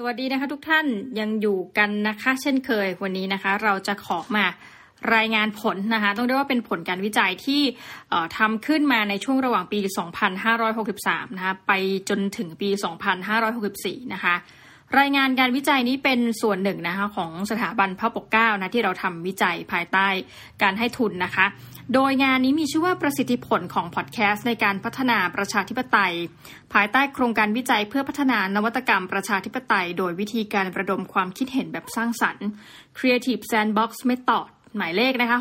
วัสดีนะคะทุกท่านยังอยู่กันนะคะเช่นเคยวันนี้นะคะเราจะขอมารายงานผลนะคะต้องเรียกว่าเป็นผลการวิจัยที่ทำขึ้นมาในช่วงระหว่างปี 2563 นะคะไปจนถึงปี 2564 นะคะรายงานการวิจัยนี้เป็นส่วนหนึ่งนะคะของสถาบันพระปกเกล้านะที่เราทำวิจัยภายใต้การให้ทุนนะคะโดยงานนี้มีชื่อว่าประสิทธิผลของพอดแคสต์ในการพัฒนาประชาธิปไตยภายใต้โครงการวิจัยเพื่อพัฒนานวัตกรรมประชาธิปไตยโดยวิธีการระดมความคิดเห็นแบบสร้างสรรค์ Creative Sandbox Method หมายเลขนะคะ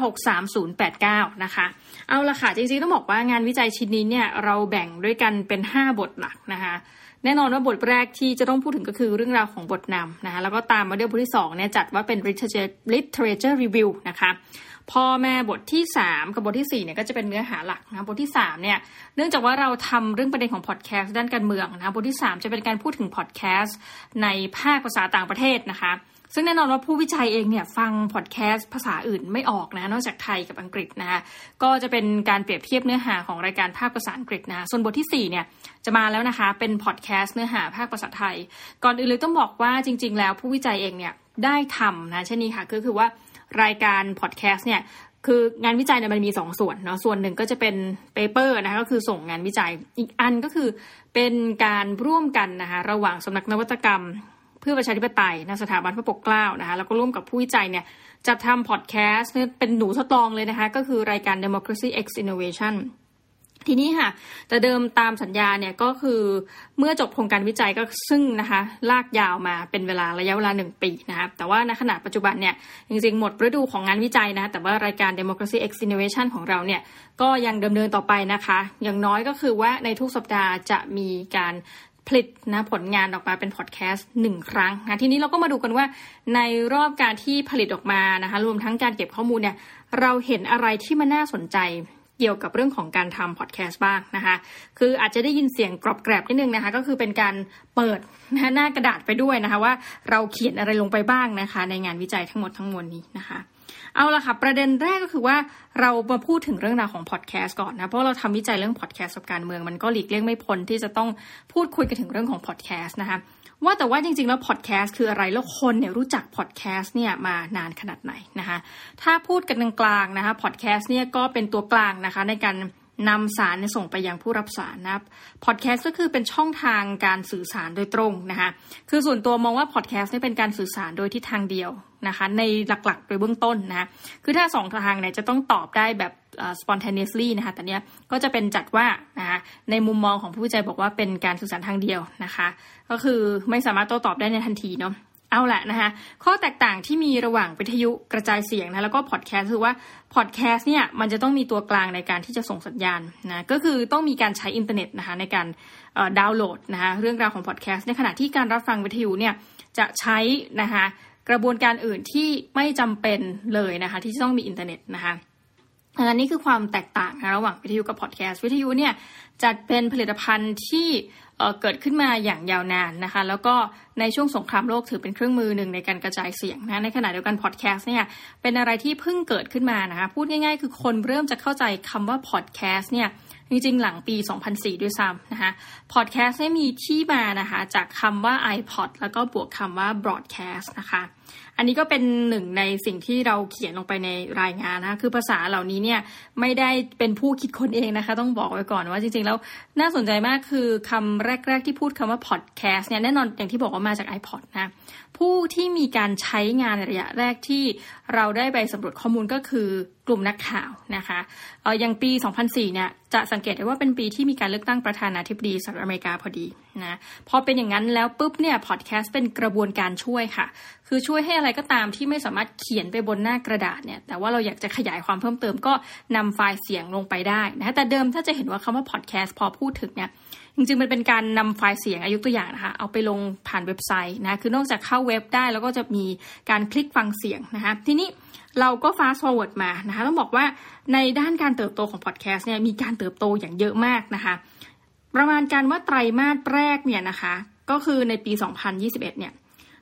63089นะคะเอาล่ะค่ะจริงๆต้องบอกว่างานวิจัยชิ้นนี้เนี่ยเราแบ่งด้วยกันเป็น5บทหลักนะคะแน่นอนว่าบทแรกที่จะต้องพูดถึงก็คือเรื่องราวของบทนำนะคะแล้วก็ตามมาด้วยบทที่2เนี่ยจัดว่าเป็น literature review นะคะพอมาบทที่3กับบทที่4เนี่ยก็จะเป็นเนื้อหาหลักนะบทที่3เนี่ยเนื่องจากว่าเราทำเรื่องประเด็นของพอดแคสต์ด้านการเมืองนะบทที่3จะเป็นการพูดถึงพอดแคสต์ในภาคภาษาต่างประเทศนะคะซึ่งแน่นอนว่าผู้วิจัยเองเนี่ยฟังพอดแคสต์ภาษาอื่นไม่ออกนะนอกจากไทยกับอังกฤษนะคะก็จะเป็นการเปรียบเทียบเนื้อหาของรายการภาคภาษาอังกฤษนะส่วนบทที่4เนี่ยจะมาแล้วนะคะเป็นพอดแคสต์เนื้อหาภาคภาษาไทยก่อนอื่นเลยต้องบอกว่าจริงๆแล้วผู้วิจัยเองเนี่ยได้ทำนะเช่นนี้ค่ะก็คือว่ารายการพอดแคสต์เนี่ยคืองานวิจัยเนี่ยมันมี2ส่วนเนาะส่วนหนึ่งก็จะเป็นเปเปอร์นะคะก็คือส่งงานวิจัยอีกอันก็คือเป็นการร่วมกันนะคะระหว่างสำนักนวัตกรรมเพื่อประชาธิปไตยณสถาบันพระปกเกล้านะคะแล้วก็ร่วมกับผู้วิจัยเนี่ยจัดทำพอดแคสต์เนี่ยเป็นหนูทดลองเลยนะคะก็คือรายการ Democracy X Innovation ทีนี้ค่ะแต่เดิมตามสัญญาเนี่ยก็คือเมื่อจบโครงการวิจัยก็ซึ่งนะคะลากยาวมาเป็นระยะเวลา1ปีนะคะแต่ว่าในขณะปัจจุบันเนี่ยจริงๆหมดฤดูของงานวิจัยนะแต่ว่ารายการ Democracy X Innovation ของเราเนี่ยก็ยังดำเนินต่อไปนะคะอย่างน้อยก็คือว่าในทุกสัปดาห์จะมีการผลิตนะผลงานออกมาเป็นพอดแคสต์1ครั้งนะทีนี้เราก็มาดูกันว่าในรอบการที่ผลิตออกมานะคะรวมทั้งการเก็บข้อมูลเนี่ยเราเห็นอะไรที่มันน่าสนใจเกี่ยวกับเรื่องของการทำพอดแคสต์บ้างนะคะคืออาจจะได้ยินเสียงกรอบแกรบนิดนึงนะคะก็คือเป็นการเปิดหน้ากระดาษไปด้วยนะคะว่าเราเขียนอะไรลงไปบ้างนะคะในงานวิจัยทั้งหมดทั้งมวลนี้นะคะเอาล่ะค่ะประเด็นแรกก็คือว่าเรามาพูดถึงเรื่องราวของพอดแคสต์ก่อนนะเพราะเราทำวิจัยเรื่องพอดแคสต์กับการเมืองมันก็หลีกเลี่ยงไม่พ้นที่จะต้องพูดคุยกันถึงเรื่องของพอดแคสต์นะคะว่าแต่ว่าจริงๆแล้วพอดแคสต์คืออะไรแล้วคนเนี่ยรู้จักพอดแคสต์เนี่ยมานานขนาดไหนนะคะถ้าพูดกันกลางๆนะคะพอดแคสต์เนี่ยก็เป็นตัวกลางนะคะในการนำสารส่งไปยังผู้รับสารนะพอดแคสต์ก็คือเป็นช่องทางการสื่อสารโดยตรงนะคะคือส่วนตัวมองว่าพอดแคสต์นี่เป็นการสื่อสารโดยทิศทางเดียวนะคะในหลักๆโดยเบื้องต้นนะคือถ้า2ทางเนี่ยจะต้องตอบได้แบบspontaneously นะคะแต่เนี้ยก็จะเป็นจัดว่านะคะในมุมมองของผู้วิจัยบอกว่าเป็นการสื่อสารทางเดียวนะคะก็คือไม่สามารถโต้ตอบได้ในทันทีเนาะเอาแหละนะคะข้อแตกต่างที่มีระหว่างวิทยุกระจายเสียงนะแล้วก็พอดแคสต์คือว่าพอดแคสต์เนี่ยมันจะต้องมีตัวกลางในการที่จะส่งสัญญาณนะก็คือต้องมีการใช้อินเทอร์เน็ตนะคะในการดาวน์โหลดนะคะเรื่องราวของพอดแคสต์ในขณะที่การรับฟังวิทยุเนี่ยจะใช้นะคะกระบวนการอื่นที่ไม่จำเป็นเลยนะคะที่จะต้องมีอินเทอร์เน็ตนะคะอันนี้คือความแตกต่างระหว่างวิทยุกับพอดแคสต์วิทยุเนี่ยจัดเป็นผลิตภัณฑ์ที่เกิดขึ้นมาอย่างยาวนานนะคะแล้วก็ในช่วงสงครามโลกถือเป็นเครื่องมือหนึ่งในการกระจายเสียงนะในขณะเดียวกันพอดแคสต์เนี่ยเป็นอะไรที่เพิ่งเกิดขึ้นมานะคะพูดง่ายๆคือคนเริ่มจะเข้าใจคำว่าพอดแคสต์เนี่ยจริงๆหลังปี 2004 ด้วยซ้ำนะคะพอดแคสต์มีที่มานะคะจากคำว่า iPod แล้วก็บวกคำว่า broadcast นะคะอันนี้ก็เป็นหนึ่งในสิ่งที่เราเขียนลงไปในรายงานนะคะคือภาษาเหล่านี้เนี่ยไม่ได้เป็นผู้คิดค้นเองนะคะต้องบอกไว้ก่อนว่าจริงๆแล้วน่าสนใจมากคือคำแรกๆที่พูดคำว่า podcast เนี่ยแน่นอนอย่างที่บอกว่ามาจาก iPod นะผู้ที่มีการใช้งานในระยะแรกที่เราได้ไปสำรวจข้อมูลก็คือกลุ่มนักข่าวนะคะอย่างปี 2004 เนี่ยจะสังเกตได้ว่าเป็นปีที่มีการเลือกตั้งประธานาธิบดีสหรัฐอเมริกาพอดีนะพอเป็นอย่างนั้นแล้วปุ๊บเนี่ยพอดแคสต์เป็นกระบวนการช่วยค่ะคือช่วยให้อะไรก็ตามที่ไม่สามารถเขียนไปบนหน้ากระดาษเนี่ยแต่ว่าเราอยากจะขยายความเพิ่มเติมก็นำไฟล์เสียงลงไปได้นะแต่เดิมถ้าจะเห็นว่าคำว่าพอดแคสต์พอพูดถึงเนี่ยจริงๆมันเป็นการนำไฟล์เสียงยกตัวอย่างนะคะเอาไปลงผ่านเว็บไซต์นะคือนอกจากเข้าเว็บได้แล้วก็จะมีการคลิกฟังเสียงนะคะทีนี้เราก็ fast forward มานะคะต้องบอกว่าในด้านการเติบโตของพอดแคสต์เนี่ยมีการเติบโตอย่างเยอะมากนะคะประมาณการว่าไตรมาสแรกเนี่ยนะคะก็คือในปี 2021 เนี่ย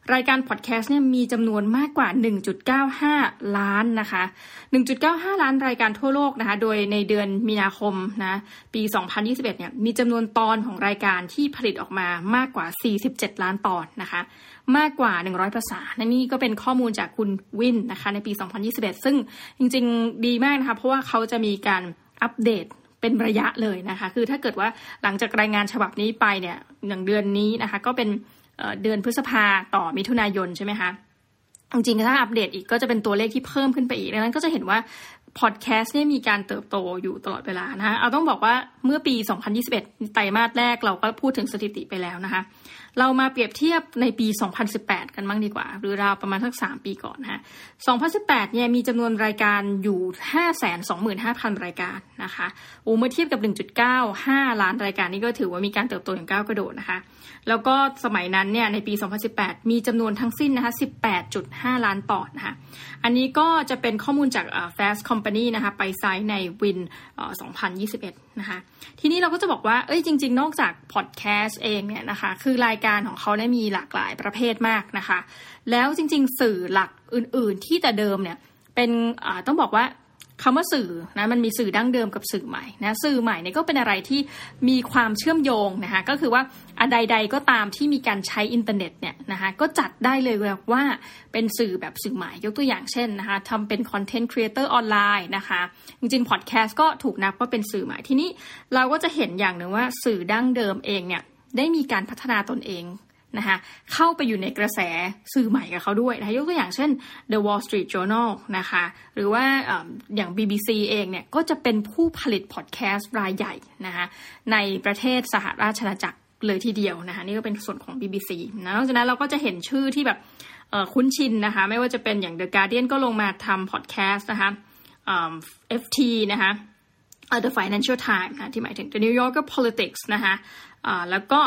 รายการพอดแคสต์เนี่ยมีจำนวนมากกว่า 1.95 ล้านนะคะ 1.95 ล้านรายการทั่วโลกนะคะโดยในเดือนมีนาคมนะปี 2021 เนี่ยมีจำนวนตอนของรายการที่ผลิตออกมามากกว่า 47 ล้านตอนนะคะมากกว่า100ภาษานี่ก็เป็นข้อมูลจากคุณวินนะคะในปี 2021 ซึ่งจริงๆดีมากนะคะเพราะว่าเขาจะมีการอัปเดตเป็นระยะเลยนะคะคือถ้าเกิดว่าหลังจากรายงานฉบับนี้ไปเนี่ยอย่างเดือนนี้นะคะก็เป็นเดือนพฤษภาต่อมิถุนายนใช่ไหมคะจริงๆถ้าอัปเดตอีกก็จะเป็นตัวเลขที่เพิ่มขึ้นไปอีกดังนั้นก็จะเห็นว่าพอดแคสต์เนี่ยมีการเติบโตอยู่ตลอดเวลานะคะเอาต้องบอกว่าเมื่อปี 2021 ไตรมาสแรกเราก็พูดถึงสถิติไปแล้วนะคะเรามาเปรียบเทียบในปี 2018 กันบ้างดีกว่าหรือราวประมาณสัก3ปีก่อนนะคะ2018 เนี่ยมีจำนวนรายการอยู่ 525,000 รายการนะคะเมื่อเทียบกับ 1.95 ล้านรายการนี่ก็ถือว่ามีการเติบโตอย่างก้าวกระโดดนะคะแล้วก็สมัยนั้นเนี่ยในปี 2018 มีจำนวนทั้งสิ้นนะคะ 18.5 ล้านตอนนะคะอันนี้ก็จะเป็นข้อมูลจากFast Company นะคะไปไซต์ใน Win 2021 นะคะทีนี้เราก็จะบอกว่าจริงๆนอกจากพอดแคสต์เองเนี่ยนะคะคือรายการของเขาเนี่ยมีหลากหลายประเภทมากนะคะแล้วจริงๆสื่อหลักอื่นๆที่แต่เดิมเนี่ยเป็นต้องบอกว่าคำว่าสื่อนะมันมีสื่อดั้งเดิมกับสื่อใหม่นะสื่อใหม่เนี่ยก็เป็นอะไรที่มีความเชื่อมโยงนะคะก็คือว่าใดๆก็ตามที่มีการใช้อินเทอร์เน็ตเนี่ยนะคะก็จัดได้เลยว่าเป็นสื่อแบบสื่อใหม่ยกตัวอย่างเช่นนะคะทำเป็นคอนเทนต์ครีเอเตอร์ออนไลน์นะคะจริงๆพอดแคสต์ก็ถูกนับว่าเป็นสื่อใหม่ทีนี้เราก็จะเห็นอย่างหนึ่งว่าสื่อดั้งเดิมเองเนี่ยได้มีการพัฒนาตนเองนะคะเข้าไปอยู่ในกระแสสื่อใหม่กับเขาด้วยนะคะยกตัวอย่างเช่น The Wall Street Journal นะคะหรือว่าอย่าง BBC เองเนี่ยก็จะเป็นผู้ผลิตพอดแคสต์รายใหญ่นะคะในประเทศสหราชอาณาจักรเลยทีเดียวนะคะนี่ก็เป็นส่วนของ BBC นะนอกจากนั้นเราก็จะเห็นชื่อที่แบบคุ้นชินนะคะไม่ว่าจะเป็นอย่าง The Guardian ก็ลงมาทำพอดแคสต์นะคะFT นะคะThe Financial Times นะที่หมายถึง The New Yorker Politics นะคะแล้วก็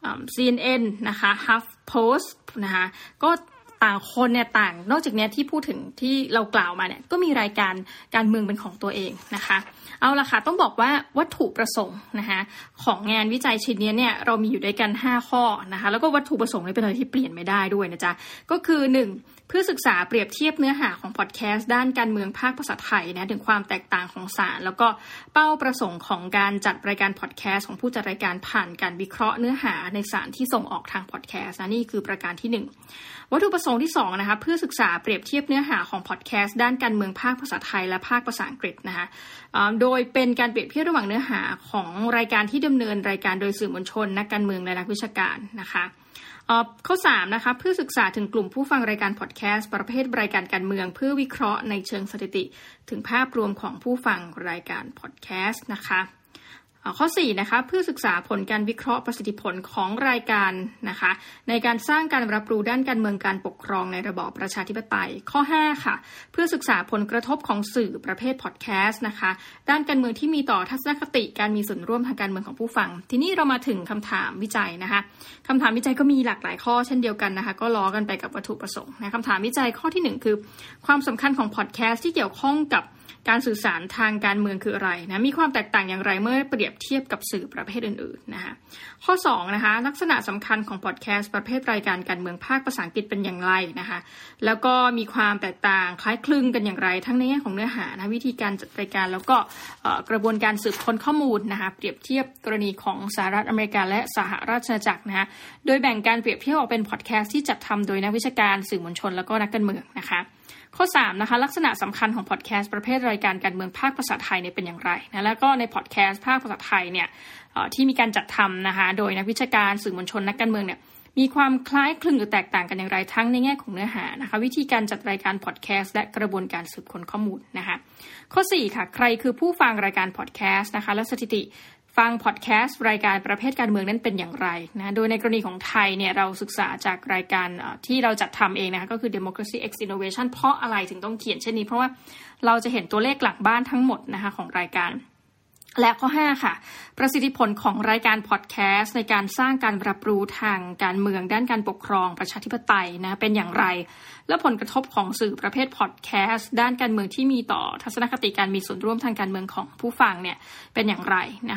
CNN นะคะ HuffPost นะคะก็ต่างคนเนี่ยต่างนอกจากนี้ที่พูดถึงที่เรากล่าวมาเนี่ยก็มีรายการการเมืองเป็นของตัวเองนะคะเอาล่ะค่ะต้องบอกว่าวัตถุประสงค์นะคะของงานวิจัยชิ้นนี้เนี่ยเรามีอยู่ด้วยกัน5ข้อนะคะแล้วก็วัตถุประสงค์นี่เป็นอะไรที่เปลี่ยนไม่ได้ด้วยนะจ๊ะก็คือ1เพื่อศึกษาเปรียบเทียบเนื้อหาของพอดแคสต์ด้านการเมืองภาคภาษาไทยนะถึงความแตกต่างของสารแล้วก็เป้าประสงค์ของการจัดรายการพอดแคสต์ของผู้จัดรายการผ่านการวิเคราะห์เนื้อหาในสารที่ส่งออกทางพอดแคสต์นะนี่คือประการที่1วัตถุประสงค์ที่2นะคะเพื่อศึกษาเปรียบเทียบเนื้อหาของพอดแคสต์ด้านการเมืองภาคภาษาไทยและภาคภาษาอังกฤษนะคะโดยเป็นการเปรียบเทียบระหว่างเนื้อหาของรายการที่ดำเนินรายการโดยสื่อมวลชนนักการเมืองและนักวิชาการนะคะข้อ3นะคะเพื่อศึกษาถึงกลุ่มผู้ฟังรายการพอดแคสต์ประเภทรายการการเมืองเพื่อวิเคราะห์ในเชิงสถิติถึงภาพรวมของผู้ฟังรายการพอดแคสต์นะคะข้อ4นะคะเพื่อศึกษาผลการวิเคราะห์ประสิทธิผลของรายการนะคะในการสร้างการรับรู้ด้านการเมืองการปกครองในระบอบประชาธิปไตยข้อ5ค่ะเพื่อศึกษาผลกระทบของสื่อประเภทพอดแคสต์นะคะด้านการเมืองที่มีต่อทัศนคติการมีส่วนร่วมทางการเมืองของผู้ฟังทีนี้เรามาถึงคำถามวิจัยนะคะคำถามวิจัยก็มีหลากหลายข้อเช่นเดียวกันนะคะก็ล้อกันไปกับวัตถุประสงค์นะคำถามวิจัยข้อที่1คือความสำคัญของพอดแคสต์ที่เกี่ยวข้องกับการสื่อสารทางการเมืองคืออะไรนะมีความแตกต่างอย่างไรเมื่อเปรียบเทียบกับสื่อประเภทอื่นๆนะคะข้อ2นะคะลักษณะสำคัญของพอดแคสต์ประเภทรายการการเมืองภาคภาษาอังกฤษเป็นอย่างไรนะคะแล้วก็มีความแตกต่างคล้ายคลึงกันอย่างไรทั้งในแง่ของเนื้อหานะวิธีการจัดรายการแล้วก็กระบวนการสืบค้นข้อมูลนะคะเปรียบเทียบกรณีของสหรัฐอเมริกาและสหราชอาณาจักรนะคะโดยแบ่งการเปรียบเทียบออกเป็นพอดแคสต์ที่จัดทำโดยนักวิชาการสื่อมวลชนแล้วก็นักการเมืองนะคะข้อ3นะคะลักษณะสำคัญของพอดแคสต์ประเภทรายการการเมืองภาคภาษาไทยเนี่ยเป็นอย่างไรนะแล้วก็ในพอดแคสต์ภาคภาษาไทยเนี่ยที่มีการจัดทำนะคะโดยนักวิชาการสื่อมวลชนนักการเมืองเนี่ยมีความคล้ายคลึงหรือแตกต่างกันอย่างไรทั้งในแง่ของเนื้อหานะคะวิธีการจัดรายการพอดแคสต์และกระบวนการสืบค้นข้อมูลนะคะข้อ4ค่ะใครคือผู้ฟังรายการพอดแคสต์นะคะและสถิติฟังพอดแคสต์รายการประเภทการเมืองนั้นเป็นอย่างไรนะโดยในกรณีของไทยเนี่ยเราศึกษาจากรายการที่เราจัดทำเองนะคะก็คือ Democracy X Innovation เพราะอะไรถึงต้องเขียนเช่นนี้เพราะว่าเราจะเห็นตัวเลขหลักบ้านทั้งหมดนะคะของรายการและข้อ5ค่ะประสิทธิผลของรายการพอดแคสต์ในการสร้างการรับรู้ทางการเมืองด้านการปกครองประชาธิปไตยนะเป็นอย่างไรและผลกระทบของสื่อประเภทพอดแคสต์ด้านการเมืองที่มีต่อทัศนคติการมีส่วนร่วมทางการเมืองของผู้ฟังเนี่ยเป็นอย่างไรนะคะ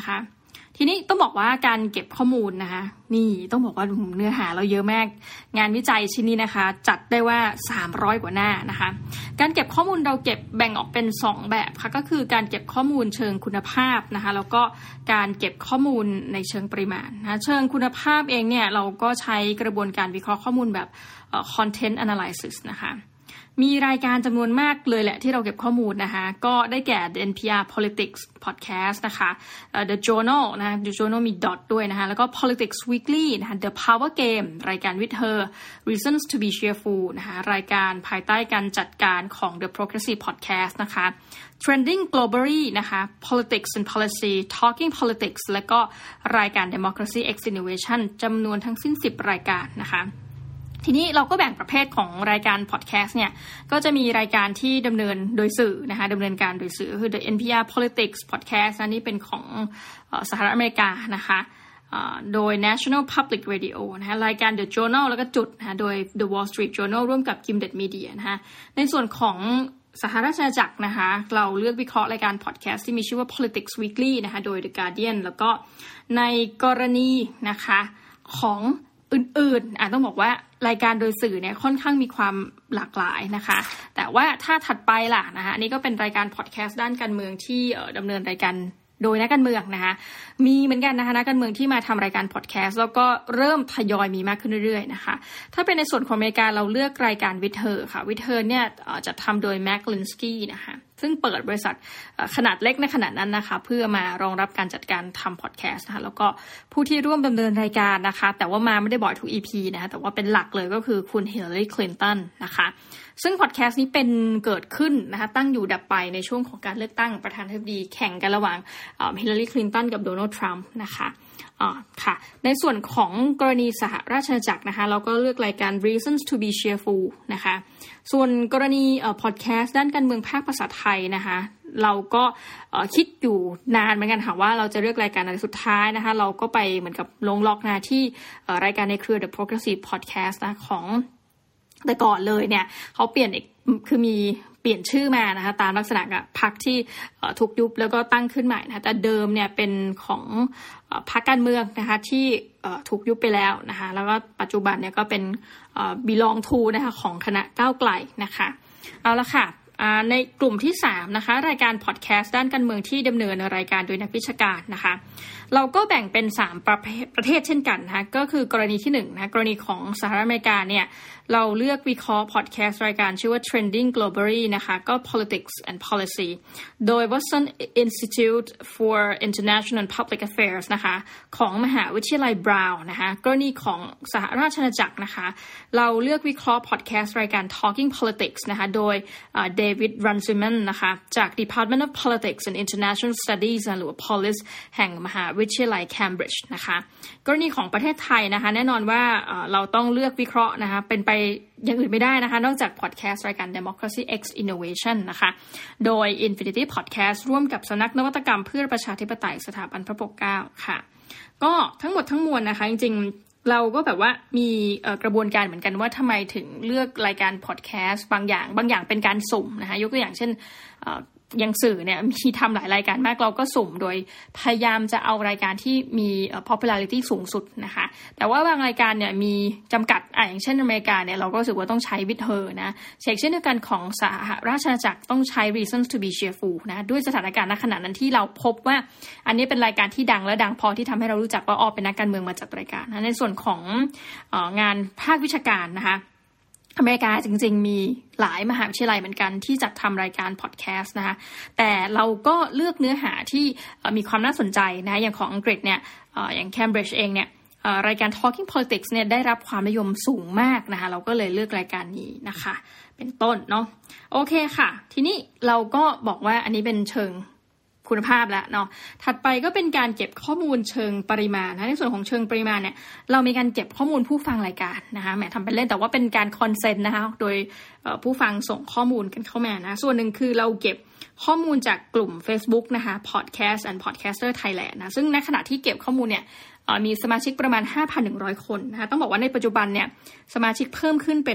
ทีนี้ต้องบอกว่าการเก็บข้อมูลนะคะนี่ต้องบอกว่าเนื้อหาเราเยอะมากงานวิจัยชิ้นนี้นะคะจัดได้ว่า300กว่าหน้านะคะการเก็บข้อมูลเราเก็บแบ่งออกเป็น2แบบค่ะก็คือการเก็บข้อมูลเชิงคุณภาพนะคะแล้วก็การเก็บข้อมูลในเชิงปริมาณนะเชิงคุณภาพเองเนี่ยเราก็ใช้กระบวนการวิเคราะห์ข้อมูลแบบ content analysis นะคะมีรายการจำนวนมากเลยแหละที่เราเก็บข้อมูลนะคะก็ได้แก่ The NPR Politics Podcast นะคะ The Journal นะ The Journal มี dot ด้วยนะคะแล้วก็ Politics Weekly นะคะ The Power Game รายการ With Her Reasons to be Cheerful นะคะรายการภายใต้การจัดการของ The Progressive Podcast นะคะ Trending Globally นะคะ Politics and Policy Talking Politics และก็รายการ Democracy X Innovation จำนวนทั้งสิ้น10รายการนะคะทีนี้เราก็แบ่งประเภทของรายการพอดแคสต์เนี่ยก็จะมีรายการที่ดำเนินโดยสื่อนะคะดำเนินการโดยสื่อคือ The NPR Politics Podcast อันนี้เป็นของสหรัฐอเมริกานะคะโดย National Public Radio นะคะรายการ The Journal แล้วก็จุดนะคะโดย The Wall Street Journal ร่วมกับ Gimlet Media นะคะในส่วนของสหราชอาณาจักรนะคะเราเลือกวิเคราะห์รายการพอดแคสต์ที่มีชื่อว่า Politics Weekly นะคะโดย The Guardian แล้วก็ในกรณีนะคะของอื่นๆต้องบอกว่ารายการโดยสื่อเนี่ยค่อนข้างมีความหลากหลายนะคะแต่ว่าถ้าถัดไปล่ะนะคะอันนี้ก็เป็นรายการพอดแคสต์ด้านการเมืองที่ดำเนินรายการโดยนักการเมืองนะคะมีเหมือนกันนะคะนักการเมืองที่มาทำรายการพอดแคสต์แล้วก็เริ่มทยอยมีมากขึ้นเรื่อยๆนะคะถ้าเป็นในส่วนของอเมริกาเราเลือกรายการ With Her ค่ะ With Her เนี่ยจะทำโดย Mac Linsky นะคะซึ่งเปิดบริษัทขนาดเล็กในขณะนั้นนะคะเพื่อมารองรับการจัดการทำพอดแคสต์นะคะแล้วก็ผู้ที่ร่วมดำเนินรายการนะคะแต่ว่ามาไม่ได้บ่อยทุก EP นะคะแต่ว่าเป็นหลักเลยก็คือคุณ Hillary Clinton นะคะซึ่งพอดแคสต์นี้เป็นเกิดขึ้นนะคะตั้งอยู่ดับไปในช่วงของการเลือกตั้งประธานาธิบดีแข่งกันระหว่างHillary Clinton กับ Donald Trump นะคะค่ะในส่วนของกรณีสหราชอาณาจักรนะคะเราก็เลือกรายการ Reasons to be Cheerful นะคะส่วนกรณีพอดแคสต์ด้านการเมืองภาคภาษาไทยนะคะเราก็คิดอยู่นานเหมือนกันค่ะว่าเราจะเลือกรายการอะไรสุดท้ายนะคะเราก็ไปเหมือนกับลงล็อกนะที่รายการในเครือ The Progressive Podcast นะของแต่ก่อนเลยเนี่ยเขาเปลี่ยนคือมีเปลี่ยนชื่อมานะคะตามลักษณะกับพรรคที่ถูกยุบแล้วก็ตั้งขึ้นใหม่นะคะแต่เดิมเนี่ยเป็นของพรรคการเมืองนะคะที่ถูกยุบไปแล้วนะคะแล้วก็ปัจจุบันเนี่ยก็เป็นbelong to นะคะของคณะก้าวไกลนะคะเอาละค่ะในกลุ่มที่3นะคะรายการพอดแคสต์ด้านการเมืองที่ดำเนินรายการโดยนักวิชาการนะคะเราก็แบ่งเป็น3ประเทศเช่นกันนะคะก็คือกรณีที่1นะคะกรณีของสหรัฐอเมริกาเนี่ยเราเลือกวิเคราะห์พอดแคสต์รายการชื่อว่า Trending Globally นะคะก็ Politics and Policy โดย Watson Institute for International and Public Affairs นะคะของมหาวิทยาลัยบราวน์นะคะกรณีของสหราชอาณาจักรนะคะเราเลือกวิเคราะห์พอดแคสต์รายการ Talking Politics นะคะโดยDavid Runciman นะคะจาก Department of Politics and International Studies หรือว่า Polis แห่งมหาวิทยาลัย Cambridge นะคะกรณีของประเทศไทยนะคะแน่นอนว่าเราต้องเลือกวิเคราะห์นะคะเป็นไปอย่างอื่นไม่ได้นะคะนอกจากพอดแคสต์รายการ Democracy X Innovation นะคะโดย Infinity Podcast ร่วมกับสำนักนวัตกรรมเพื่อประชาธิปไตยสถาบันพระปกเกล้าค่ะก็ทั้งหมดทั้งมวลนะคะจริงๆเราก็แบบว่ามีกระบวนการเหมือนกันว่าทำไมถึงเลือกรายการพอดแคสต์บางอย่างเป็นการสุ่มนะคะยกตัวอย่างเช่นอย่างสื่อเนี่ยมีทำหลายรายการมากเราก็สุ่มโดยพยายามจะเอารายการที่มี popularity สูงสุดนะคะแต่ว่าบางรายการเนี่ยมีจำกัดอย่างเช่นอเมริกาเนี่ยเราก็รู้สึกว่าต้องใช้ With Her นะเช่นเดียวกันของสหราชอาณาจักรต้องใช้ Reasons to be Cheerful นะด้วยสถานการณ์ณขณะนั้นที่เราพบว่าอันนี้เป็นรายการที่ดังและดังพอที่ทำให้เรารู้จักว่าเป็นนักการเมืองมาจัดรายการนะในส่วนของงานภาควิชาการนะคะอเมริกาจริงๆมีหลายมหาวิทยาลัยเหมือนกันที่จัดทำรายการพอดแคสต์นะคะแต่เราก็เลือกเนื้อหาที่มีความน่าสนใจนะอย่างของอังกฤษเนี่ยอย่าง Cambridge เองเนี่ยรายการ Talking Politics เนี่ยได้รับความนิยมสูงมากนะคะเราก็เลยเลือกรายการนี้นะคะเป็นต้นเนาะโอเคค่ะทีนี้เราก็บอกว่าอันนี้เป็นเชิงคุณภาพแล้วเนาะถัดไปก็เป็นการเก็บข้อมูลเชิงปริมาณนะในส่วนของเชิงปริมาณเนี่ยเรามีการเก็บข้อมูลผู้ฟังรายการนะคะแหมทำเป็นเล่นแต่ว่าเป็นการคอนเซนต์นะคะโดยผู้ฟังส่งข้อมูลกันเข้ามานะส่วนหนึ่งคือเราเก็บข้อมูลจากกลุ่ม Facebook นะคะ Podcast and Podcaster Thailand นะซึ่งในขณะที่เก็บข้อมูลเนี่ยมีสมาชิกประมาณ 5,100 คนนะคะต้องบอกว่าในปัจจุบันเนี่ยสมาชิกเพิ่มขึ้นเป็น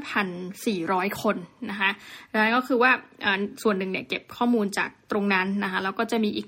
5,400 คนนะคะแล้วก็คือว่าส่วนหนึ่งเนี่ยเก็บข้อมูลจากตรงนั้นนะคะแล้วก็จะมีอีก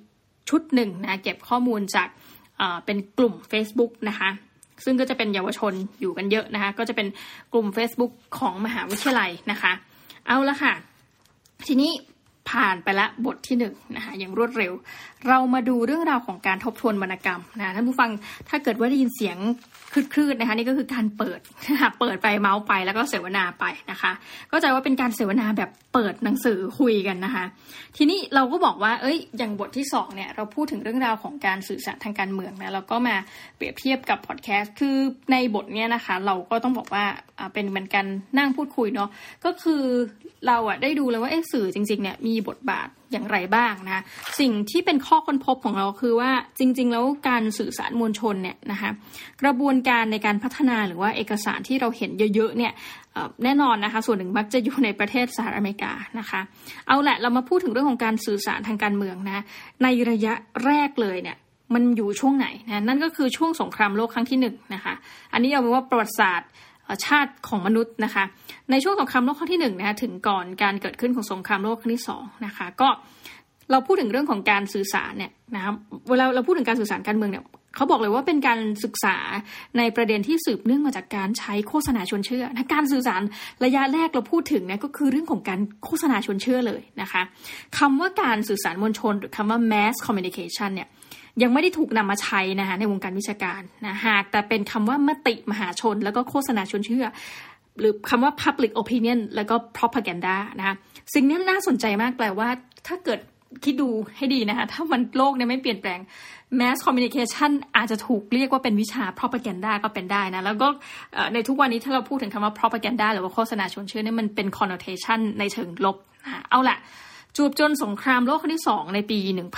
ชุดหนึ่งนะเก็บข้อมูลจากเป็นกลุ่ม Facebook นะคะซึ่งก็จะเป็นเยาวชนอยู่กันเยอะนะคะก็จะเป็นกลุ่ม Facebook ของมหาวิทยาลัยนะคะเอาละค่ะทีนี้ผ่านไปละบทที่1นะคะอย่างรวดเร็วเรามาดูเรื่องราวของการทบทวนวรรณกรรมนะท่านผู้ฟังถ้าเกิดว่าได้ยินเสียงคลืดๆนะคะนี่ก็คือการเปิดไปเมาส์ไปแล้วก็เสวนาไปนะคะก็จะว่าเป็นการเสวนาแบบเปิดหนังสือคุยกันนะคะทีนี้เราก็บอกว่าอย่างบทที่2เนี่ยเราพูดถึงเรื่องราวของการสื่อสารทางการเมืองนะแล้วก็มาเปรียบเทียบกับพอดแคสต์คือในบทเนี้ยนะคะเราก็ต้องบอกว่าเป็นเหมือนกันนั่งพูดคุยเนาะก็คือเราได้ดูเลยว่าสื่อจริงๆเนี่ยมีบทบาทอย่างไรบ้างนะสิ่งที่เป็นข้อค้นพบของเราคือว่าจริงๆแล้วการสื่อสารมวลชนเนี่ยนะคะกระบวนการในการพัฒนาหรือว่าเอกสารที่เราเห็นเยอะๆเนี่ยแน่นอนนะคะส่วนหนึ่งมักจะอยู่ในประเทศสหรัฐอเมริกานะคะเอาแหละเรามาพูดถึงเรื่องของการสื่อสารทางการเมืองนะในระยะแรกเลยเนี่ยมันอยู่ช่วงไหนนะนั่นก็คือช่วงสงครามโลกครั้งที่1นะคะอันนี้เอาเป็นว่าประวัติศาสตร์ชาติของมนุษย์นะคะในช่วงสงครามโลกครั้งที่1นะคะถึงก่อนการเกิดขึ้นของสงครามโลกครั้งที่2นะคะก็เราพูดถึงเรื่องของการสื่อสารเนี่ยนะคะเวลาเราพูดถึงการสื่อสารการเมืองเนี่ยเขาบอกเลยว่าเป็นการศึกษาในประเด็นที่สืบเนื่องมาจากการใช้โฆษณาชวนเชื่อนะการสื่อสารระยะแรกเราพูดถึงเนี่ยก็คือเรื่องของการโฆษณาชวนเชื่อเลยนะคะคำว่าการสื่อสารมวลชนหรือคำว่า mass communication เนี่ยยังไม่ได้ถูกนำมาใช้นะคะในวงการวิชาการนะหากแต่เป็นคำว่ามติมหาชนแล้วก็โฆษณาชวนเชื่อหรือคำว่า public opinion แล้วก็ propaganda นะคะสิ่งนี้น่าสนใจมากแปลว่าถ้าเกิดคิดดูให้ดีนะคะถ้ามันโลกเนี่ยไม่เปลี่ยนแปลง mass communication อาจจะถูกเรียกว่าเป็นวิชา propaganda ก็เป็นได้นะแล้วก็ในทุกวันนี้ถ้าเราพูดถึงคำว่า propaganda หรือว่าโฆษณาชวนเชื่อเนี่ยมันเป็น connotation ในเชิงลบนะเอาล่ะจูบจนสงครามโลกครั้งที่2ในปี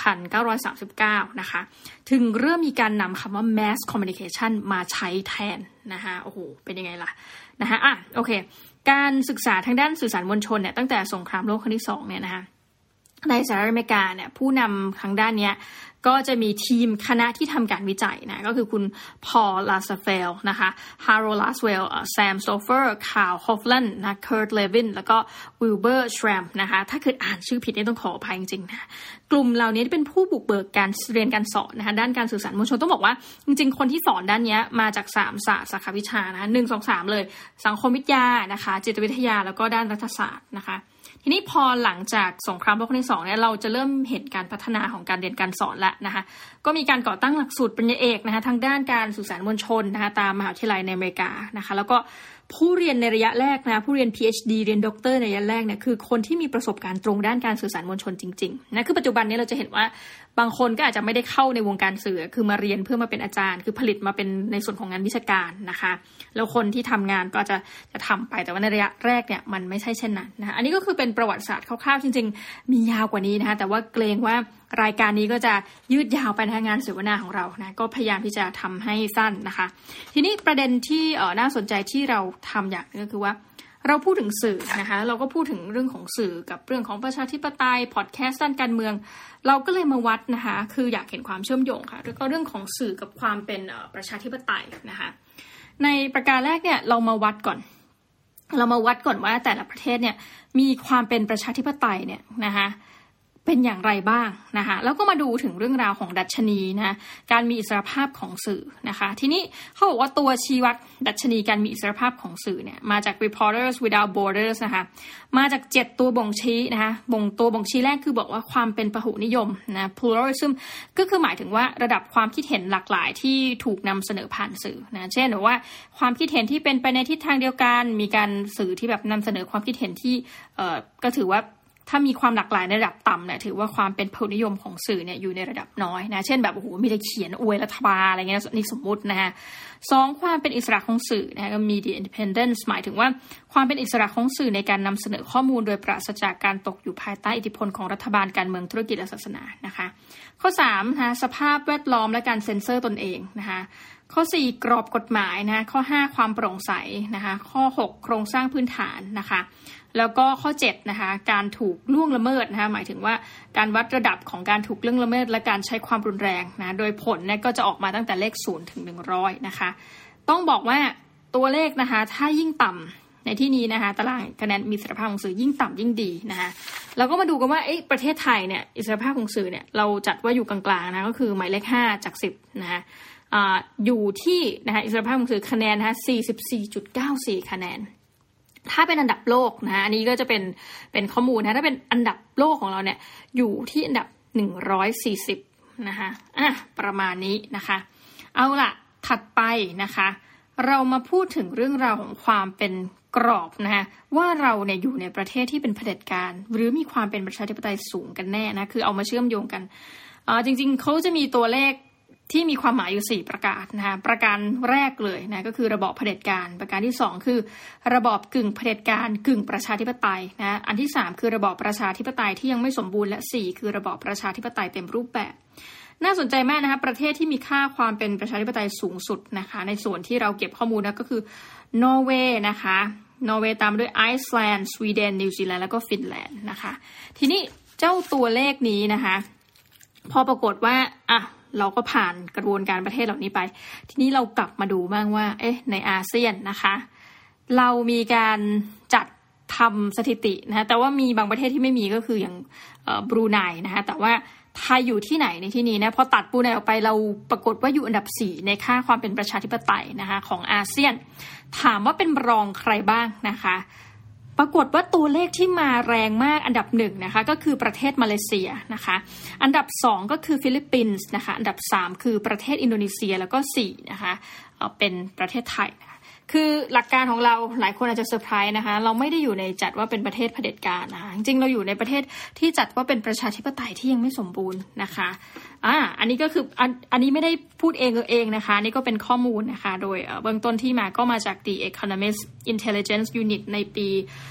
1939 นะคะถึงเริ่มมีการนำคำว่า mass communication มาใช้แทนนะคะโอ้โหเป็นยังไงล่ะนะคะโอเคการศึกษาทางด้านสื่อสารมวลชนเนี่ยตั้งแต่สงครามโลกครั้งที่2เนี่ยนะคะในสหรัฐอเมริกาเนี่ยผู้นำทางด้านนี้ก็จะมีทีมคณะที่ทำการวิจัยนะก็คือคุณพอล ลาซาเฟลนะคะฮาโรล ลาสเวลแซม สโตเฟอร์คาร์ล ฮอฟแลนด์นะเคิร์ต เลวินแล้วก็วิลเบอร์ ชแรมนะคะถ้าเกิดอ่านชื่อผิดนี่ต้องขออภัยจริงๆนะกลุ่มเหล่านี้เป็นผู้บุกเบิกการเรียนการสอนนะคะด้านการสื่อสารมวลชนต้องบอกว่าจริงๆคนที่สอนด้านนี้มาจาก3ศาสตร์สาขาวิชานะ1 2 3เลยสังคมวิทยานะคะจิตวิทยาแล้วก็ด้านรัฐศาสตร์นะคะทีนี้พอหลังจากสงครามโลกครั้งที่2เนี่ยเราจะเริ่มเห็นการพัฒนาของการเรียนการสอนแล้วนะคะก็มีการก่อตั้งหลักสูตรปริญญาเอกนะคะทางด้านการสื่อสารมวลชนนะคะตามมหาวิทยาลัยในอเมริกานะคะแล้วก็ผู้เรียนในระยะแรกนะผู้เรียน PhD เรียนด็อกเตอร์ในระยะแรกเนี่ยคือคนที่มีประสบการณ์ตรงด้านการสื่อสารมวลชนจริงๆนะคือปัจจุบันนี้เราจะเห็นว่าบางคนก็อาจจะไม่ได้เข้าในวงการสื่อคือมาเรียนเพื่อมาเป็นอาจารย์คือผลิตมาเป็นในส่วนของงานวิชาการนะคะแล้วคนที่ทำงานก็จะทำไปแต่ว่าในระยะแรกเนี่ยมันไม่ใช่เช่นนั้นนะคะอันนี้ก็คือเป็นประวัติศาสตร์คร่าวๆจริงๆมียาวกว่านี้นะคะแต่ว่าเกรงว่ารายการนี้ก็จะยืดยาวไปในงานเสวนาของเรานะก็พยายามที่จะทำให้สั้นนะคะทีนี้ประเด็นที่น่าสนใจที่เราทำอย่างนึงก็คือว่าเราพูดถึงสื่อนะคะเราก็พูดถึงเรื่องของสื่อกับเรื่องของประชาธิปไตยพอดแคสต์ด้านการเมืองเราก็เลยมาวัดนะคะคืออยากเห็นความเชื่อมโยงค่ะแล้วก็เรื่องของสื่อกับความเป็นประชาธิปไตยนะคะในประการแรกเนี่ยเรามาวัดก่อนว่าแต่ละประเทศเนี่ยมีความเป็นประชาธิปไตยเนี่ยนะคะเป็นอย่างไรบ้างนะคะแล้วก็มาดูถึงเรื่องราวของดัชนีนะการมีอิสรภาพของสื่อนะคะทีนี้เขาบอกว่าตัวชี้วัดดัชนีการมีอิสรภาพของสื่อเนี่ยมาจาก Reporters Without Borders นะคะมาจาก7ตัวบ่งชี้นะคะตัวบ่งชี้แรกคือบอกว่าความเป็นพหุนิยมนะ pluralism ก็คือหมายถึงว่าระดับความคิดเห็นหลากหลายที่ถูกนำเสนอผ่านสื่อนะเช่นว่าความคิดเห็นที่เป็นไปในทิศทางเดียวกันมีการสื่อที่แบบนำเสนอความคิดเห็นที่ก็ถือว่าถ้ามีความหลากหลายในระดับต่ำเนี่ยถือว่าความเป็นพหุนิยมของสื่อเนี่ยอยู่ในระดับน้อยนะเช่นแบบโอ้โหมีแต่เขียนอวยรัฐบาลอะไรเงี้ยนี่สมมุตินะฮะ2ความเป็นอิสระของสื่อนะคะก็ media independence หมายถึงว่าความเป็นอิสระของสื่อในการนำเสนอข้อมูลโดยปราศจากการตกอยู่ภายใต้อิทธิพลของรัฐบาลการเมืองธุรกิจและศาสนานะคะข้อ3นะคะสภาพแวดล้อมและการเซ็นเซอร์ตนเองนะคะข้อ4กรอบกฎหมายนะข้อ5ความโปร่งใสนะคะข้อ6โครงสร้างพื้นฐานนะคะแล้วก็ข้อ7นะคะการถูกล่วงละเมิดนะคะหมายถึงว่าการวัดระดับของการถูกล่วงละเมิดและการใช้ความรุนแรงนะโดยผลเนี่ยก็จะออกมาตั้งแต่เลข0ถึง100นะคะต้องบอกว่าตัวเลขนะคะถ้ายิ่งต่ในที่นี้นะคะตารางคะแนนมีอิสรภาพของสื่อยิ่งต่ำยิ่งดีนะคะเราก็มาดูกันว่าประเทศไทยเนี่ยอิสรภาพของสื่อเนี่ยเราจัดว่าอยู่กลางๆนะก็คือหมายเลข5จาก10นะคะอยู่ที่นะคะอิสรภาพของสื่อคะแนนนะคะ 44.94 คะแนนถ้าเป็นอันดับโลกนะอันนี้ก็จะเป็นข้อมูลนะถ้าเป็นอันดับโลกของเราเนี่ยอยู่ที่อันดับ140นะคะประมาณนี้นะคะเอาล่ะถัดไปนะคะเรามาพูดถึงเรื่องราวของความเป็นกรอบนะคะว่าเราเนี่ยอยู่ในประเทศที่เป็นเผด็จการหรือมีความเป็นประชาธิปไตยสูงกันแน่นะคือเอามาเชื่อมโยงกันจริงๆเขาจะมีตัวเลขที่มีความหมายอยู่4ประการนะคะประการแรกเลยนะก็คือระบอบเผด็จการประการที่2คือระบอบกึ่งเผด็จการกึ่งประชาธิปไตยนะอันที่3คือระบอบประชาธิปไตยที่ยังไม่สมบูรณ์และ4คือระบอบประชาธิปไตยเต็มรูปแบบน่าสนใจมากนะคะประเทศที่มีค่าความเป็นประชาธิปไตยสูงสุดนะคะในส่วนที่เราเก็บข้อมูลนะก็คือ นอร์เวย์นะคะนอร์เวย์ตามด้วยไอซ์แลนด์สวีเดนนิวซีแลนด์แล้วก็ฟินแลนด์นะคะทีนี้เจ้าตัวเลขนี้นะคะพอปรากฏว่าเราก็ผ่านกระบวนการประเทศเหล่านี้ไปทีนี้เรากลับมาดูบ้างว่าในอาเซียนนะคะเรามีการจัดทำสถิตินะแต่ว่ามีบางประเทศที่ไม่มีก็คืออย่างบรูไนนะคะแต่ว่าไทยอยู่ที่ไหนในที่นี้นะพอตัดบรูไนออกไปเราปรากฏว่าอยู่อันดับ4ในค่าความเป็นประชาธิปไตยนะคะของอาเซียนถามว่าเป็นรองใครบ้างนะคะปรากฏว่าตัวเลขที่มาแรงมากอันดับ1นะคะก็คือประเทศมาเลเซียนะคะอันดับ2ก็คือฟิลิปปินส์นะคะอันดับ3คือประเทศอินโดนีเซียแล้วก็4นะคะเป็นประเทศไทยคือหลักการของเราหลายคนอาจจะเซอร์ไพรส์นะคะเราไม่ได้อยู่ในจัดว่าเป็นประเทศเผด็จการนะคะจริงๆเราอยู่ในประเทศที่จัดว่าเป็นประชาธิปไตยที่ยังไม่สมบูรณ์นะคะอันนี้ก็คืออันนี้ไม่ได้พูดเองนะคะนี่ก็เป็นข้อมูลนะคะโดยเบื้องต้นที่มาก็มาจาก The Economist Intelligence Unit ในปี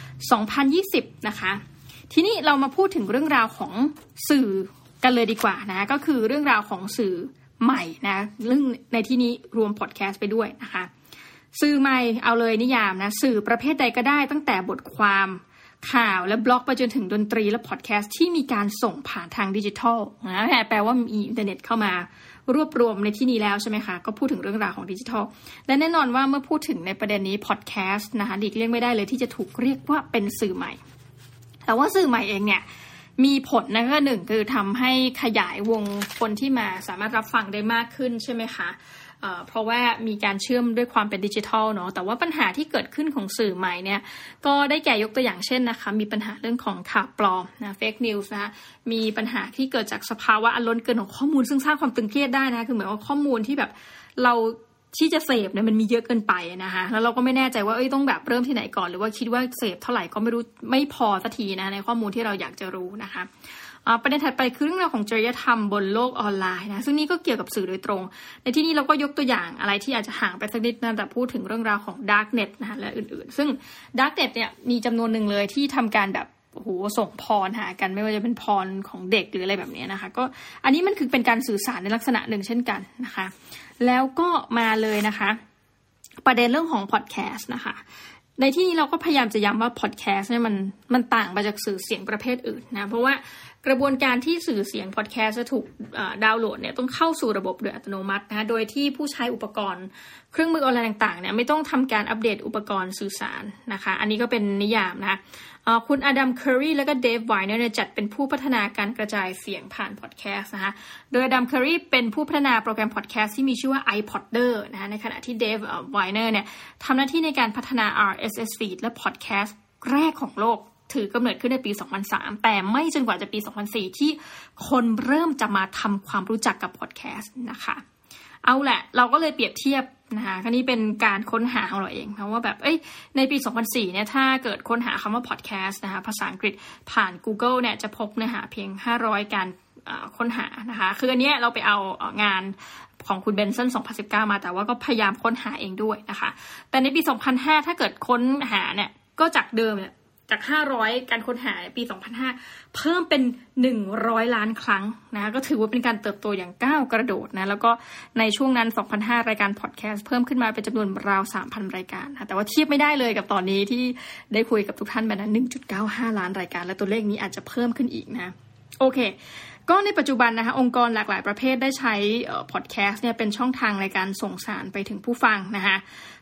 2020นะคะทีนี้เรามาพูดถึงเรื่องราวของสื่อกันเลยดีกว่านะก็คือเรื่องราวของสื่อใหม่นะเรื่องในที่นี้รวมพอดแคสต์ไปด้วยนะคะสื่อใหม่เอาเลยนิยามนะสื่อประเภทใดก็ได้ตั้งแต่บทความข่าวและบล็อกไปจนถึงดนตรีและพอดแคสต์ที่มีการส่งผ่านทางดิจิทัลนะแปลว่ามีอินเทอร์เน็ตเข้ามารวบรวมในที่นี้แล้วใช่ไหมคะก็พูดถึงเรื่องราวของดิจิทัลและแน่นอนว่าเมื่อพูดถึงในประเด็นนี้พอดแคสต์นะคะหลีกเลี่ยงไม่ได้เลยที่จะถูกเรียกว่าเป็นสื่อใหม่แต่ว่าสื่อใหม่เองเนี่ยมีผลนะก็1คือทำให้ขยายวงคนที่มาสามารถรับฟังได้มากขึ้นใช่ไหมคะเพราะว่ามีการเชื่อมด้วยความเป็นดิจิทัลเนาะแต่ว่าปัญหาที่เกิดขึ้นของสื่อใหม่เนี่ยก็ได้แก่ยกตัวอย่างเช่นนะคะมีปัญหาเรื่องของข่าวปลอมนะเฟกนิวส์นะมีปัญหาที่เกิดจากสภาวะอันล้นเกินของข้อมูลซึ่งสร้างความตึงเครียดได้นะคือหมายว่าข้อมูลที่แบบเราที่จะเสพเนี่ยมันมีเยอะเกินไปนะคะแล้วเราก็ไม่แน่ใจว่าต้องแบบเริ่มที่ไหนก่อนหรือว่าคิดว่าเสพเท่าไหร่ก็ไม่รู้ไม่พอสักทีนะในข้อมูลที่เราอยากจะรู้นะคะประเด็นถัดไปคือเรื่องราวของจริยธรรมบนโลกออนไลน์นะซึ่งนี่ก็เกี่ยวกับสื่อโดยตรงในที่นี้เราก็ยกตัวอย่างอะไรที่อาจจะห่างไปสักนิดนะแต่พูดถึงเรื่องราวของ Darknet นะคะและอื่นๆซึ่ง Darknet เนี่ยมีจำนวนหนึ่งเลยที่ทำการแบบส่งพรหากันไม่ว่าจะเป็นพรของเด็กหรืออะไรแบบนี้นะคะก็อันนี้มันคือเป็นการสื่อสารในลักษณะหนึ่งเช่นกันนะคะแล้วก็มาเลยนะคะประเด็นเรื่องของพอดแคสต์นะคะในที่นี้เราก็พยายามจะย้ำว่าพอดแคสต์เนี่ยมันต่างไปจากสื่อเสียงประเภทอื่นนะเพราะว่ากระบวนการที่สื่อเสียงพอดแคสต์จะถูกดาวน์โหลดเนี่ยต้องเข้าสู่ระบบโดยอัตโนมัตินะโดยที่ผู้ใช้อุปกรณ์เครื่องมือออนไลน์ต่างๆเนี่ยไม่ต้องทำการอัปเดตอุปกรณ์สื่อสารนะคะอันนี้ก็เป็นนิยามนะคุณอดัม เคอรีและก็เดฟ ไวเนอร์เนี่ยจัดเป็นผู้พัฒนาการกระจายเสียงผ่านพอดแคสต์นะคะโดยอดัม เคอรีเป็นผู้พัฒนาโปรแกรมพอดแคสต์ที่มีชื่อว่า iPodder นะคะในขณะที่เดฟ ไวเนอร์เนี่ยทำหน้าที่ในการพัฒนา RSS feed และพอดแคสต์แรกของโลกถือกำเนิดขึ้นในปี 2003 แต่ไม่จนกว่าจะปี 2004 ที่คนเริ่มจะมาทำความรู้จักกับพอดแคสต์นะคะเอาแหละเราก็เลยเปรียบเทียบนะคะอันนี้เป็นการค้นหาของเราเองนะว่าแบบในปี 2004 เนี่ยถ้าเกิดค้นหาคำว่าพอดแคสต์นะคะภาษาอังกฤษผ่าน Google เนี่ยจะพบเนื้อหาเพียง 500 การค้นหานะคะคืออันนี้เราไปเอางานของคุณเบนซัน 2019 มาแต่ว่าก็พยายามค้นหาเองด้วยนะคะแต่ในปี 2005 ถ้าเกิดค้นหาเนี่ยก็จากเดิมเนี่ยจาก500การค้นหาในปี 2005 เพิ่มเป็น100ล้านครั้งนะก็ถือว่าเป็นการเติบโตอย่างก้าวกระโดดนะแล้วก็ในช่วงนั้น 2005 รายการพอดแคสต์เพิ่มขึ้นมาเป็นจำนวนราว 3,000 รายการนะแต่ว่าเทียบไม่ได้เลยกับตอนนี้ที่ได้คุยกับทุกท่านไปนะ 1.95 ล้านรายการและตัวเลขนี้อาจจะเพิ่มขึ้นอีกนะโอเคก็ในปัจจุบันนะคะองค์กรหลากหลายประเภทได้ใช้พอดแคสต์เนี่ยเป็นช่องทางในการส่งสารไปถึงผู้ฟังนะคะ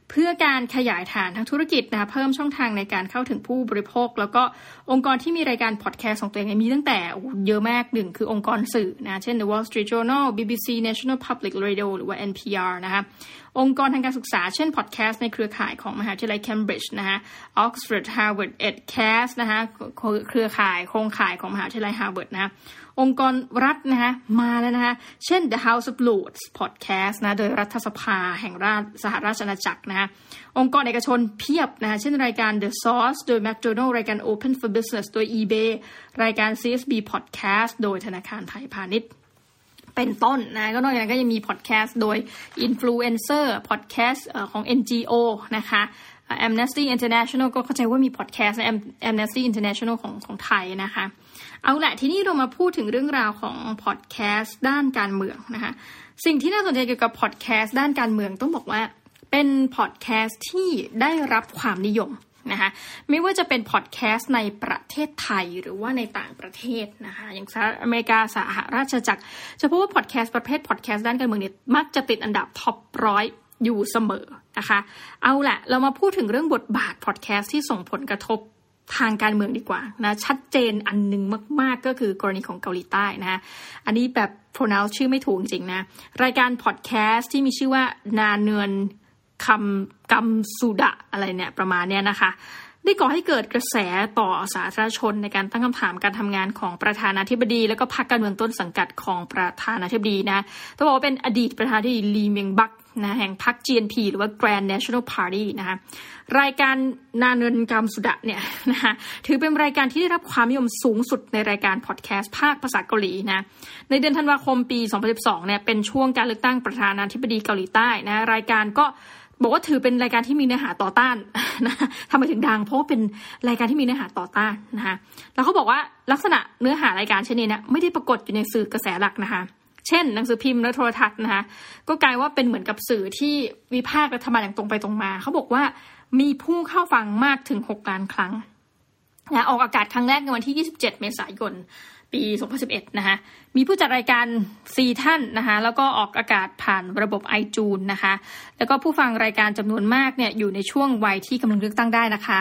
เพื่อการขยายฐานทางธุรกิจนะคะเพิ่มช่องทางในการเข้าถึงผู้บริโภคแล้วก็องค์กรที่มีรายการพอดแคสต์ของตัวเองมีตั้งแต่เยอะมากหนึ่งคือองค์กรสื่อนะเช่น The Wall Street Journal BBC National Public Radio หรือว่า NPR นะคะองค์กรทางการศึกษาเช่นพอดแคสต์ในเครือข่ายของมหาวิทยาลัย Cambridge นะคะ Oxford Harvard EdCast นะคะเครือข่ายโครงข่ายของมหาวิทยาลัย Harvard นะคะองค์กรรัฐนะคะมาแล้วนะคะเช่น The House of Lords Podcast นะโดยรัฐสภาแห่งสหราชอาณาจักรนะคะองค์กรเอกชนเพียบนะคะเช่นรายการ The Source โดย McDonald รายการ Open for Business โดย eBay รายการ CSB Podcast โดยธนาคารไทยพาณิชย์เป็นต้นนะก็นอกจากนั้นก็ยังมีพอดแคสต์โดยอินฟลูเอนเซอร์พอดแคสต์ของ NGO นะคะ Amnesty International ก็เข้าใจว่ามีพอดแคสต์ Amnesty International ของไทยนะคะเอาละทีนี้เรามาพูดถึงเรื่องราวของพอดแคสต์ด้านการเมืองนะคะสิ่งที่น่าสนใจเกี่ยวกับพอดแคสต์ด้านการเมืองต้องบอกว่าเป็นพอดแคสต์ที่ได้รับความนิยมนะคะไม่ว่าจะเป็นพอดแคสต์ในประเทศไทยหรือว่าในต่างประเทศนะคะอย่างสหรัฐอเมริกาสหราชอาณาจักรจะพบว่าพอดแคสต์ประเภทพอดแคสต์ด้านการเมืองเนี่ยมักจะติดอันดับท็อป100อยู่เสมอนะคะเอาละเรามาพูดถึงเรื่องบทบาทพอดแคสต์ที่ส่งผลกระทบทางการเมืองดีกว่านะชัดเจนอันนึงมากๆก็คือกรณีของเกาหลีใต้นะอันนี้แบบ pronounce ชื่อไม่ถูกจริงๆนะรายการพอดแคสต์ที่มีชื่อว่านาเนือนคำสุดะอะไรเนี่ยประมาณเนี้ยนะคะได้ก่อให้เกิดกระแสต่อสาธารณชนในการตั้งคำถามการทำงานของประธานาธิบดีแล้วก็พรรคการเมืองต้นสังกัดของประธานาธิบดีนะต้องบอกว่าเป็นอดีตประธานาธิบดีลีเมียงบักนะแห่งพรรค GNP หรือว่า Grand National Party นะคะรายการนาเนินกามสุดะเนี่ยนะคะถือเป็นรายการที่ได้รับความนิยมสูงสุดในรายการพอดแคสต์ภาคภาษาเกาหลีนะในเดือนธันวาคมปี2012เนี่ยเป็นช่วงการเลือกตั้งประธานาธิบดีเกาหลีใต้นะรายการก็บอกว่าถือเป็นรายการที่มีเนื้อหาต่อต้านนะทำไมถึงดังเพราะว่าเป็นรายการที่มีเนื้อหาต่อต้านนะคะแล้วเขาบอกว่าลักษณะเนื้อหารายการเช่นนี้นะไม่ได้ปรากฏอยู่ในสื่อกระแสหลักนะคะเช่นหนังสือพิมพ์และโทรทัศน์นะคะก็กลายว่าเป็นเหมือนกับสื่อที่วิพากษ์รัฐบาลอย่างตรงไปตรงมาเขาบอกว่ามีผู้เข้าฟังมากถึง6ล้านครั้งนะออกอากาศครั้งแรกในวันที่27เมษายนปี2011นะคะมีผู้จัดรายการ4ท่านนะคะแล้วก็ออกอากาศผ่านระบบ iTunes นะคะแล้วก็ผู้ฟังรายการจำนวนมากเนี่ยอยู่ในช่วงวัยที่กำลังเลือกตั้งได้นะคะ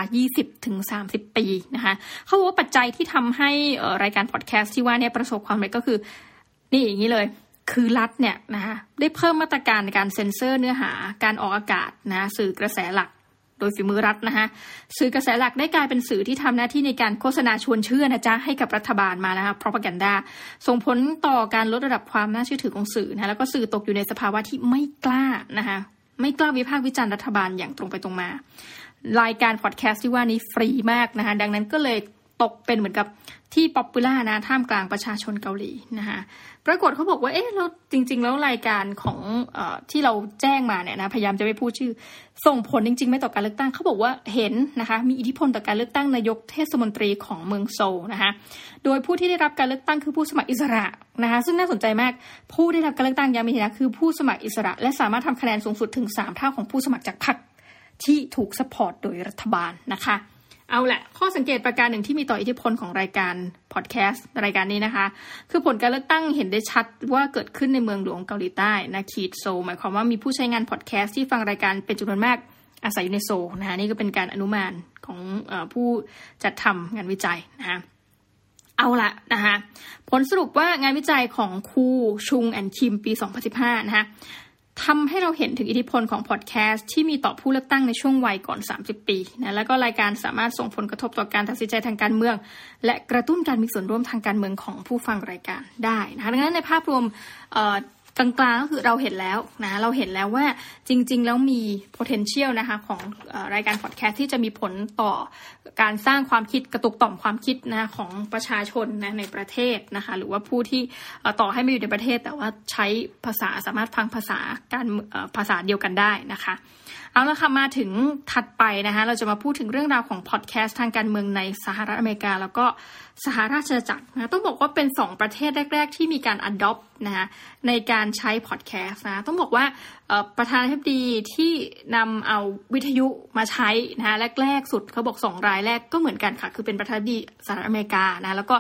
20-30 ปีนะคะเขาบอกว่าปัจจัยที่ทำให้รายการพอดแคสต์ที่ว่าเนี่ยประสบความสำเร็จก็คือนี่อย่างนี้เลยคือรัฐเนี่ยนะคะได้เพิ่มมาตรการในการเซ็นเซอร์เนื้อหาการออกอากาศนะสื่อกระแสหลักโดยฝีมือรัฐนะคะสื่อกระแสหลักได้กลายเป็นสื่อที่ทำหน้าที่ในการโฆษณาชวนเชื่อนะจ๊ะให้กับรัฐบาลมานะคะ propaganda ส่งผลต่อการลดระดับความน่าเชื่อถือของสื่อนะแล้วก็สื่อตกอยู่ในสภาวะที่ไม่กล้านะคะไม่กล้าวิพากษ์วิจารณ์รัฐบาลอย่างตรงไปตรงมารายการพอดแคสต์ที่ว่านี้ฟรีมากนะคะดังนั้นก็เลยตกเป็นเหมือนกับที่ป๊อปปูล่านะท่ามกลางประชาชนเกาหลีนะคะปรากฏเขาบอกว่าเอ๊ะแล้วจริงๆแล้วรายการของที่เราแจ้งมาเนี่ยนะพยายามจะไม่พูดชื่อส่งผลจริงๆไหมต่อการเลือกตั้งเขาบอกว่าเห็นนะคะมีอิทธิพลต่อการเลือกตั้งนายกเทศมนตรีของเมืองโซลนะคะโดยผู้ที่ได้รับการเลือกตั้งคือผู้สมัครอิสระนะคะซึ่งน่าสนใจมากผู้ได้รับการเลือกตั้งย้ำอีกทีนะคือผู้สมัครอิสระและสามารถทำคะแนนสูงสุดถึง3เท่าของผู้สมัครจากพรรคที่ถูกซัพพอร์ตโดยรัฐบาลนะคะเอาแหละข้อสังเกตประการหนึ่งที่มีต่ออิทธิพลของรายการพอดแคสต์รายการนี้นะคะคือผลการเลือกตั้งเห็นได้ชัดว่าเกิดขึ้นในเมืองหลวงเกาหลีใต้นะคีดโซลหมายความว่ามีผู้ใช้งานพอดแคสต์ที่ฟังรายการเป็นจำนวนมากอาศัยอยู่ในโซลนะคะนี่ก็เป็นการอนุมานของผู้จัดทำงานวิจัยนะคะเอาละนะคะผลสรุปว่างานวิจัยของคูชุงแอนด์คิมปี2015นะคะทำให้เราเห็นถึงอิทธิพลของพอดแคสต์ที่มีต่อผู้เลือกตั้งในช่วงวัยก่อน30ปีนะแล้วก็รายการสามารถส่งผลกระทบต่อการตัดสินใจทางการเมืองและกระตุ้นการมีส่วนร่วมทางการเมืองของผู้ฟังรายการได้นะคะดังนั้นในภาพรวมกลางๆก็คือเราเห็นแล้วนะเราเห็นแล้วว่าจริงๆแล้วมี potential นะคะของรายการพอดแคสต์ที่จะมีผลต่อการสร้างความคิดกระตุกต่อมความคิดนะของประชาชนนะในประเทศนะคะหรือว่าผู้ที่ต่อให้ไม่อยู่ในประเทศแต่ว่าใช้ภาษาสามารถฟังภาษาเดียวกันได้นะคะเอาละค่ะมาถึงถัดไปนะคะเราจะมาพูดถึงเรื่องราวของพอดแคสต์ทางการเมืองในสหรัฐอเมริกาแล้วก็สหราชอาณาจักรนะต้องบอกว่าเป็น2ประเทศแรกๆที่มีการ adopt นะคะในการใช้พอดแคสต์นะต้องบอกว่าประธานาธิบดีที่นำเอาวิทยุมาใช้นะแรกๆสุดเขาบอก2รายแรกก็เหมือนกันค่ะคือเป็นประธานาธิบดีสหรัฐอเมริกานะแล้วก็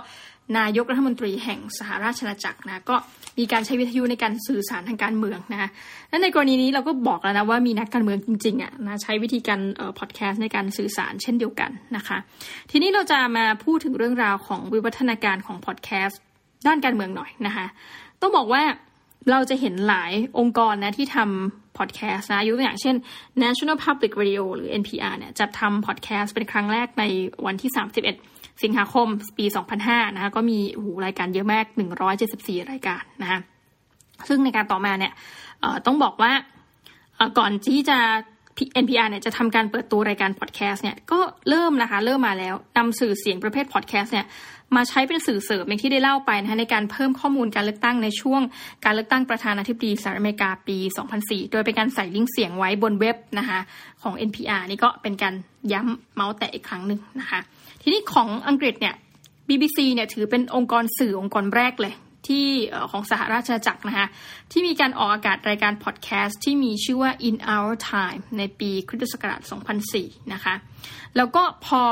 นายกรัฐมนตรีแห่งสหราชอาณาจักรนะก็มีการใช้วิทยุในการสื่อสารทางการเมืองนะและในกรณีนี้เราก็บอกแล้วนะว่ามีนักการเมืองจริงๆอ่ะนะใช้วิธีการพอดแคสต์ในการสื่อสารเช่นเดียวกันนะคะทีนี้เราจะมาพูดถึงเรื่องราวของวิวัฒนาการของพอดแคสต์ด้านการเมืองหน่อยนะคะต้องบอกว่าเราจะเห็นหลายองค์กรนะที่ทำพอดแคสต์นะยกตัวอย่างเช่น National Public Radio หรือ NPR เนี่ยจัดทำพอดแคสต์เป็นครั้งแรกในวันที่31สิงหาคมปี2005นะคะก็มีรายการเยอะมาก174รายการนะคะซึ่งในการต่อมาเนี่ยต้องบอกว่าก่อนที่จะ NPR เนี่ยจะทำการเปิดตัวรายการพอดแคสต์เนี่ยก็เริ่มมาแล้วนำสื่อเสียงประเภทพอดแคสต์เนี่ยมาใช้เป็นสื่อเสริมอย่างที่ได้เล่าไปนะคะในการเพิ่มข้อมูลการเลือกตั้งในช่วงการเลือกตั้งประธานาธิบดีสหรัฐอเมริกาปี2004โดยเป็นการใส่ลิงก์เสียงไว้บนเว็บนะคะของ NPR นี่ก็เป็นการย้ำเมาส์แตะอีกครั้งนึงนะคะทีนี้ของอังกฤษเนี่ย BBC เนี่ยถือเป็นองค์กรสื่อองค์กรแรกเลยที่ของสหราชอาณาจักรนะคะที่มีการออกอากาศรายการพอดแคสต์ที่มีชื่อว่า In Our Time ในปีคริสตศักราช2004นะคะแล้วก็พอ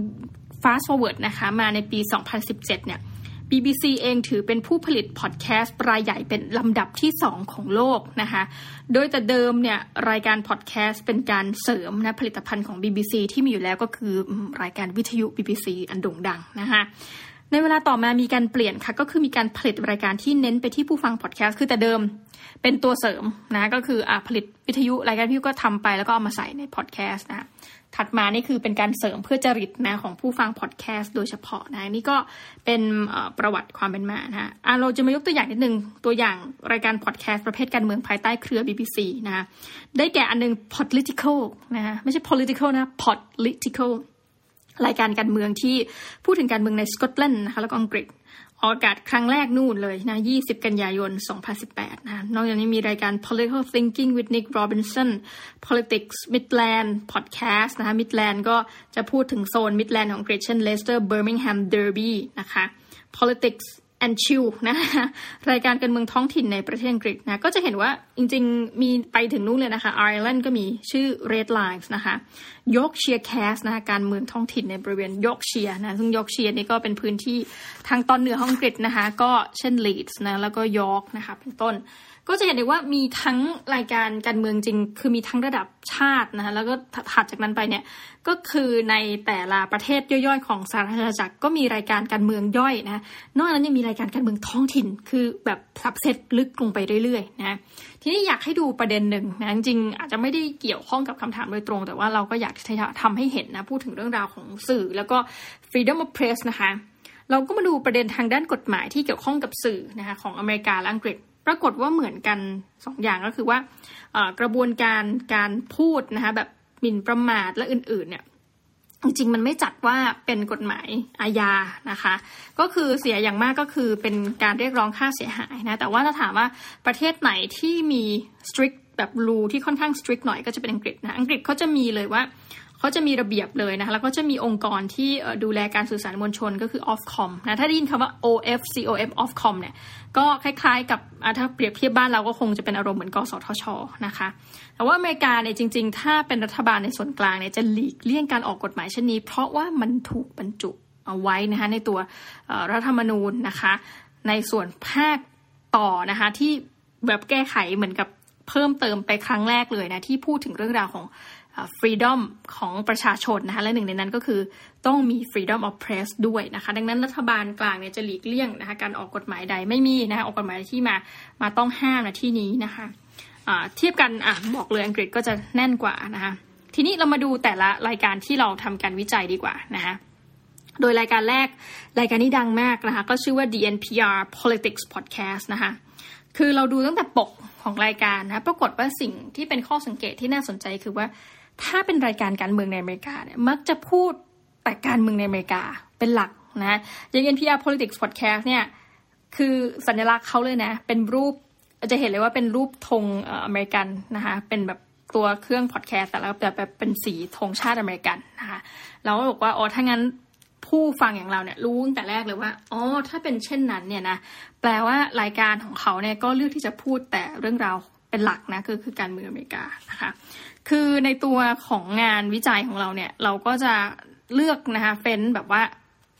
fast forward นะคะมาในปี2017เนี่ย BBC เองถือเป็นผู้ผลิตพอดแคสต์รายใหญ่เป็นลำดับที่2ของโลกนะคะโดยแต่เดิมเนี่ยรายการพอดแคสต์เป็นการเสริมนะผลิตภัณฑ์ของ BBC ที่มีอยู่แล้วก็คือรายการวิทยุ BBC อันโด่งดังนะคะในเวลาต่อมามีการเปลี่ยนค่ะก็คือมีการผลิตรายการที่เน้นไปที่ผู้ฟังพอดแคสต์คือแต่เดิมเป็นตัวเสริมนะก็คือผลิตวิทยุรายการวิทยุก็ทำไปแล้วก็เอามาใส่ในพอดแคสต์นะถัดมานี่คือเป็นการเสริมเพื่อจริตนะของผู้ฟังพอดแคสต์โดยเฉพาะนะนี่ก็เป็นประวัติความเป็นมานะเราจะมายกตัวอย่างนิดนึงตัวอย่างรายการพอดแคสต์ประเภทการเมืองภายใต้เครือ BBC นะได้แก่อันนึง Political นะไม่ใช่ political นะ Politicalรายการการเมืองที่พูดถึงการเมืองในสกอตแลนด์นะคะแล้วก็อังกฤษออกอากาศครั้งแรกนู่นเลยนะ20กันยายน2018นะนอกจากนี้มีรายการ Political Thinking with Nick Robinson Politics Midland Podcast นะคะ Midland ก็จะพูดถึงโซน Midland ของอังกฤษเช่น Leicester Birmingham Derby นะคะ Politics and Chill นะรายการการเมืองท้องถิ่นในประเทศอังกฤษนะก็จะเห็นว่าจริงๆมีไปถึงนู่นเลยนะคะไอร์แลนด์ก็มีชื่อ Red Lines นะคะ Yorkshire Cast นะคะการเมืองท้องถิ่นในบริเวณ Yorkshire นะซึ่ง Yorkshire นี่ก็เป็นพื้นที่ทางตอนเหนือของอังกฤษนะคะก็เช่น Leeds นะแล้วก็ York นะคะเป็นต้นก็จะเห็นได้ว่ามีทั้งรายการการเมืองจริงคือมีทั้งระดับชาตินะคะแล้วก็ถัดจากนั้นไปเนี่ยก็คือในแต่ละประเทศย่อยๆของสหราชอาณาจักรก็มีรายการการเมืองย่อยนะนอกจากนั้นยังมีรายการการเมืองท้องถิ่นคือแบบซับเซตลึกลงไปเรื่อยๆนะทีนี้อยากให้ดูประเด็นหนึ่งนะจริงๆอาจจะไม่ได้เกี่ยวข้องกับคำถามโดยตรงแต่ว่าเราก็อยากทำให้เห็นนะพูดถึงเรื่องราวของสื่อแล้วก็ Freedom of Press นะคะเราก็มาดูประเด็นทางด้านกฎหมายที่เกี่ยวข้องกับสื่อนะคะของอเมริกาและอังกฤษปรากฏว่าเหมือนกัน2อย่างก็คือว่ากระบวนการพูดนะคะแบบหมิ่นประมาทและอื่นๆเนี่ยจริงๆมันไม่จัดว่าเป็นกฎหมายอาญานะคะก็คือเสียอย่างมากก็คือเป็นการเรียกร้องค่าเสียหายนะแต่ว่าถ้าถามว่าประเทศไหนที่มี strict แบบ rule ที่ค่อนข้าง strict หน่อยก็จะเป็นอังกฤษนะอังกฤษเขาจะมีเลยว่าเขาจะมีระเบียบเลยนะคะแล้วก็จะมีองค์กรที่ดูแลการสื่อสารมวลชนก็คือ Ofcom นะถ้าได้ยินคำว่า OFCOM Ofcom เนี่ยก็คล้ายๆกับถ้าเปรียบเทียบบ้านเราก็คงจะเป็นอารมณ์เหมือนกสทช.นะคะแต่ว่าอเมริกาเนี่ยจริงๆถ้าเป็นรัฐบาลในส่วนกลางเนี่ยจะหลีกเลี่ยงการออกกฎหมายเช่นนี้เพราะว่ามันถูกบรรจุเอาไว้นะคะในตัวรัฐธรรมนูญนะคะในส่วนภาคต่อนะคะที่แบบแก้ไขเหมือนกับเพิ่มเติมไปครั้งแรกเลยนะที่พูดถึงเรื่องราวของfreedom ของประชาชนนะคะและหนึ่งในนั้นก็คือต้องมี freedom of press ด้วยนะคะดังนั้นรัฐบาลกลางเนี่ยจะหลีกเลี่ยงนะคะการออกกฎหมายใดไม่มีนะคะออกกฎหมายที่มาต้องห้ามนะที่นี้นะคะเทียบกันบอกเลยอังกฤษก็จะแน่นกว่านะคะทีนี้เรามาดูแต่ละรายการที่เราทำการวิจัยดีกว่านะคะโดยรายการแรกรายการนี้ดังมากนะคะก็ชื่อว่า The NPR Politics Podcast นะคะคือเราดูตั้งแต่ปกของรายการนะปรากฏว่าสิ่งที่เป็นข้อสังเกตที่น่าสนใจคือว่าถ้าเป็นรายการการเมืองในอเมริกาเนี่ยมักจะพูดแต่การเมืองในอเมริกาเป็นหลักนะอย่าง NPR Politics Podcast เนี่ยคือสัญลักษณ์เขาเลยนะเป็นรูปจะเห็นเลยว่าเป็นรูปธงอเมริกันนะคะเป็นแบบตัวเครื่องพอดแคสต์แต่แบบเป็นสีธงชาติอเมริกันนะคะเราก็บอกว่าถ้างั้นผู้ฟังอย่างเราเนี่ยรู้ตั้งแต่แรกเลยว่าถ้าเป็นเช่นนั้นเนี่ยนะแปลว่ารายการของเขาเนี่ยก็เลือกที่จะพูดแต่เรื่องราวเป็นหลักนะคือการเมืองอเมริกานะคะคือในตัวของงานวิจัยของเราเนี่ยเราก็จะเลือกนะคะเฟ้นแบบว่า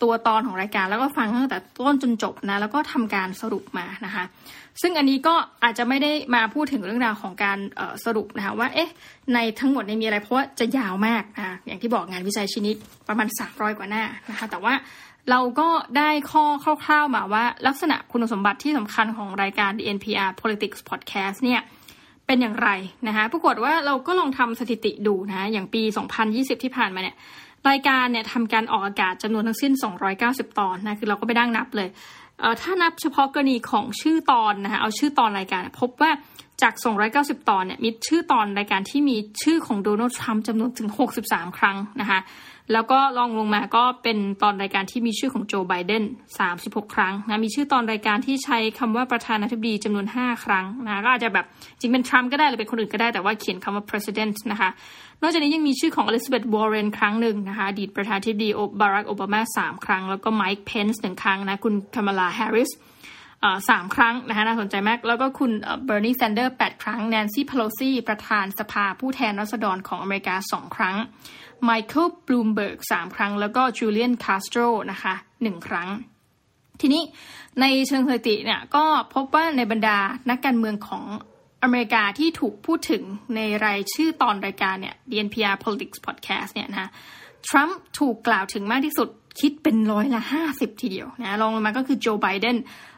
ตัวตอนของรายการแล้วก็ฟังตั้งแต่ต้นจนจบนะแล้วก็ทำการสรุปมานะคะซึ่งอันนี้ก็อาจจะไม่ได้มาพูดถึงเรื่องราวของการสรุปนะคะว่าในทั้งหมดมีอะไรเพราะว่าจะยาวมากนะอย่างที่บอกงานวิจัยชิ้นนี้ประมาณ300กว่าหน้านะคะแต่ว่าเราก็ได้ข้อคร่าวๆมาว่าลักษณะคุณสมบัติที่สำคัญของรายการ The NPR Politics Podcast เนี่ยเป็นอย่างไรนะคะปรากฏว่าเราก็ลองทำสถิติดูนะอย่างปี2020ที่ผ่านมาเนี่ยรายการเนี่ยทำการออกอากาศจำนวนทั้งสิ้น290ตอนนะคือเราก็ไปนั่งนับเลยถ้านับเฉพาะกรณีของชื่อตอนนะคะเอาชื่อตอนรายการพบว่าจาก290ตอนเนี่ยมีชื่อตอนรายการที่มีชื่อของโดนัลด์ทรัมป์จำนวนถึง63ครั้งนะคะแล้วก็ลองลงมาก็เป็นตอนรายการที่มีชื่อของโจไบเดน36ครั้งนะมีชื่อตอนรายการที่ใช้คำว่าประธานาธิบดีจำนวน5ครั้งนะก็อาจจะแบบจริงเป็นทรัมป์ก็ได้หรือเป็นคนอื่นก็ได้แต่ว่าเขียนคำว่า president นะคะนอกจากนี้ยังมีชื่อของอลิซาเบธวอร์เรนครั้งหนึ่งนะคะอดีตประธานาธิบดีบารักโอบามา3ครั้งแล้วก็ไมค์เพนซ์1ครั้งนะคุณคามาลาแฮร์ริส3ครั้งนะคะน่าสนใจมากแล้วก็คุณเบอร์นีแซนเดอร์8ครั้งแนนซี่เพโลซีประธานสภาผู้แทนราษฎรของอเมริกา2ครั้งไมเคิลบลูมเบิร์ก3ครั้งแล้วก็จูเลียนคาสโตรนะคะ1ครั้งทีนี้ในเชิงสถิติเนี่ยก็พบว่าในบรรดานักการเมืองของอเมริกาที่ถูกพูดถึงในรายชื่อตอนรายการเนี่ย The NPR Politics Podcast เนี่ยนะทรัมป์ถูกกล่าวถึงมากที่สุดคิดเป็น50%ทีเดียวนะรองลงมาก็คือโจไบเดน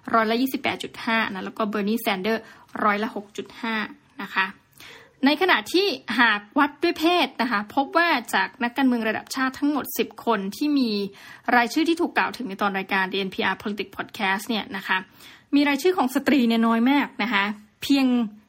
28.5% นะแล้วก็เบอร์นีแซนเดอร์6.5% นะคะในขณะที่หากวัดด้วยเพศนะคะพบว่าจากนักการเมืองระดับชาติทั้งหมด10คนที่มีรายชื่อที่ถูกกล่าวถึงในตอนรายการ The NPR Politics Podcast เนี่ยนะคะมีรายชื่อของสตรีเนี่ยน้อยมากนะคะเพียง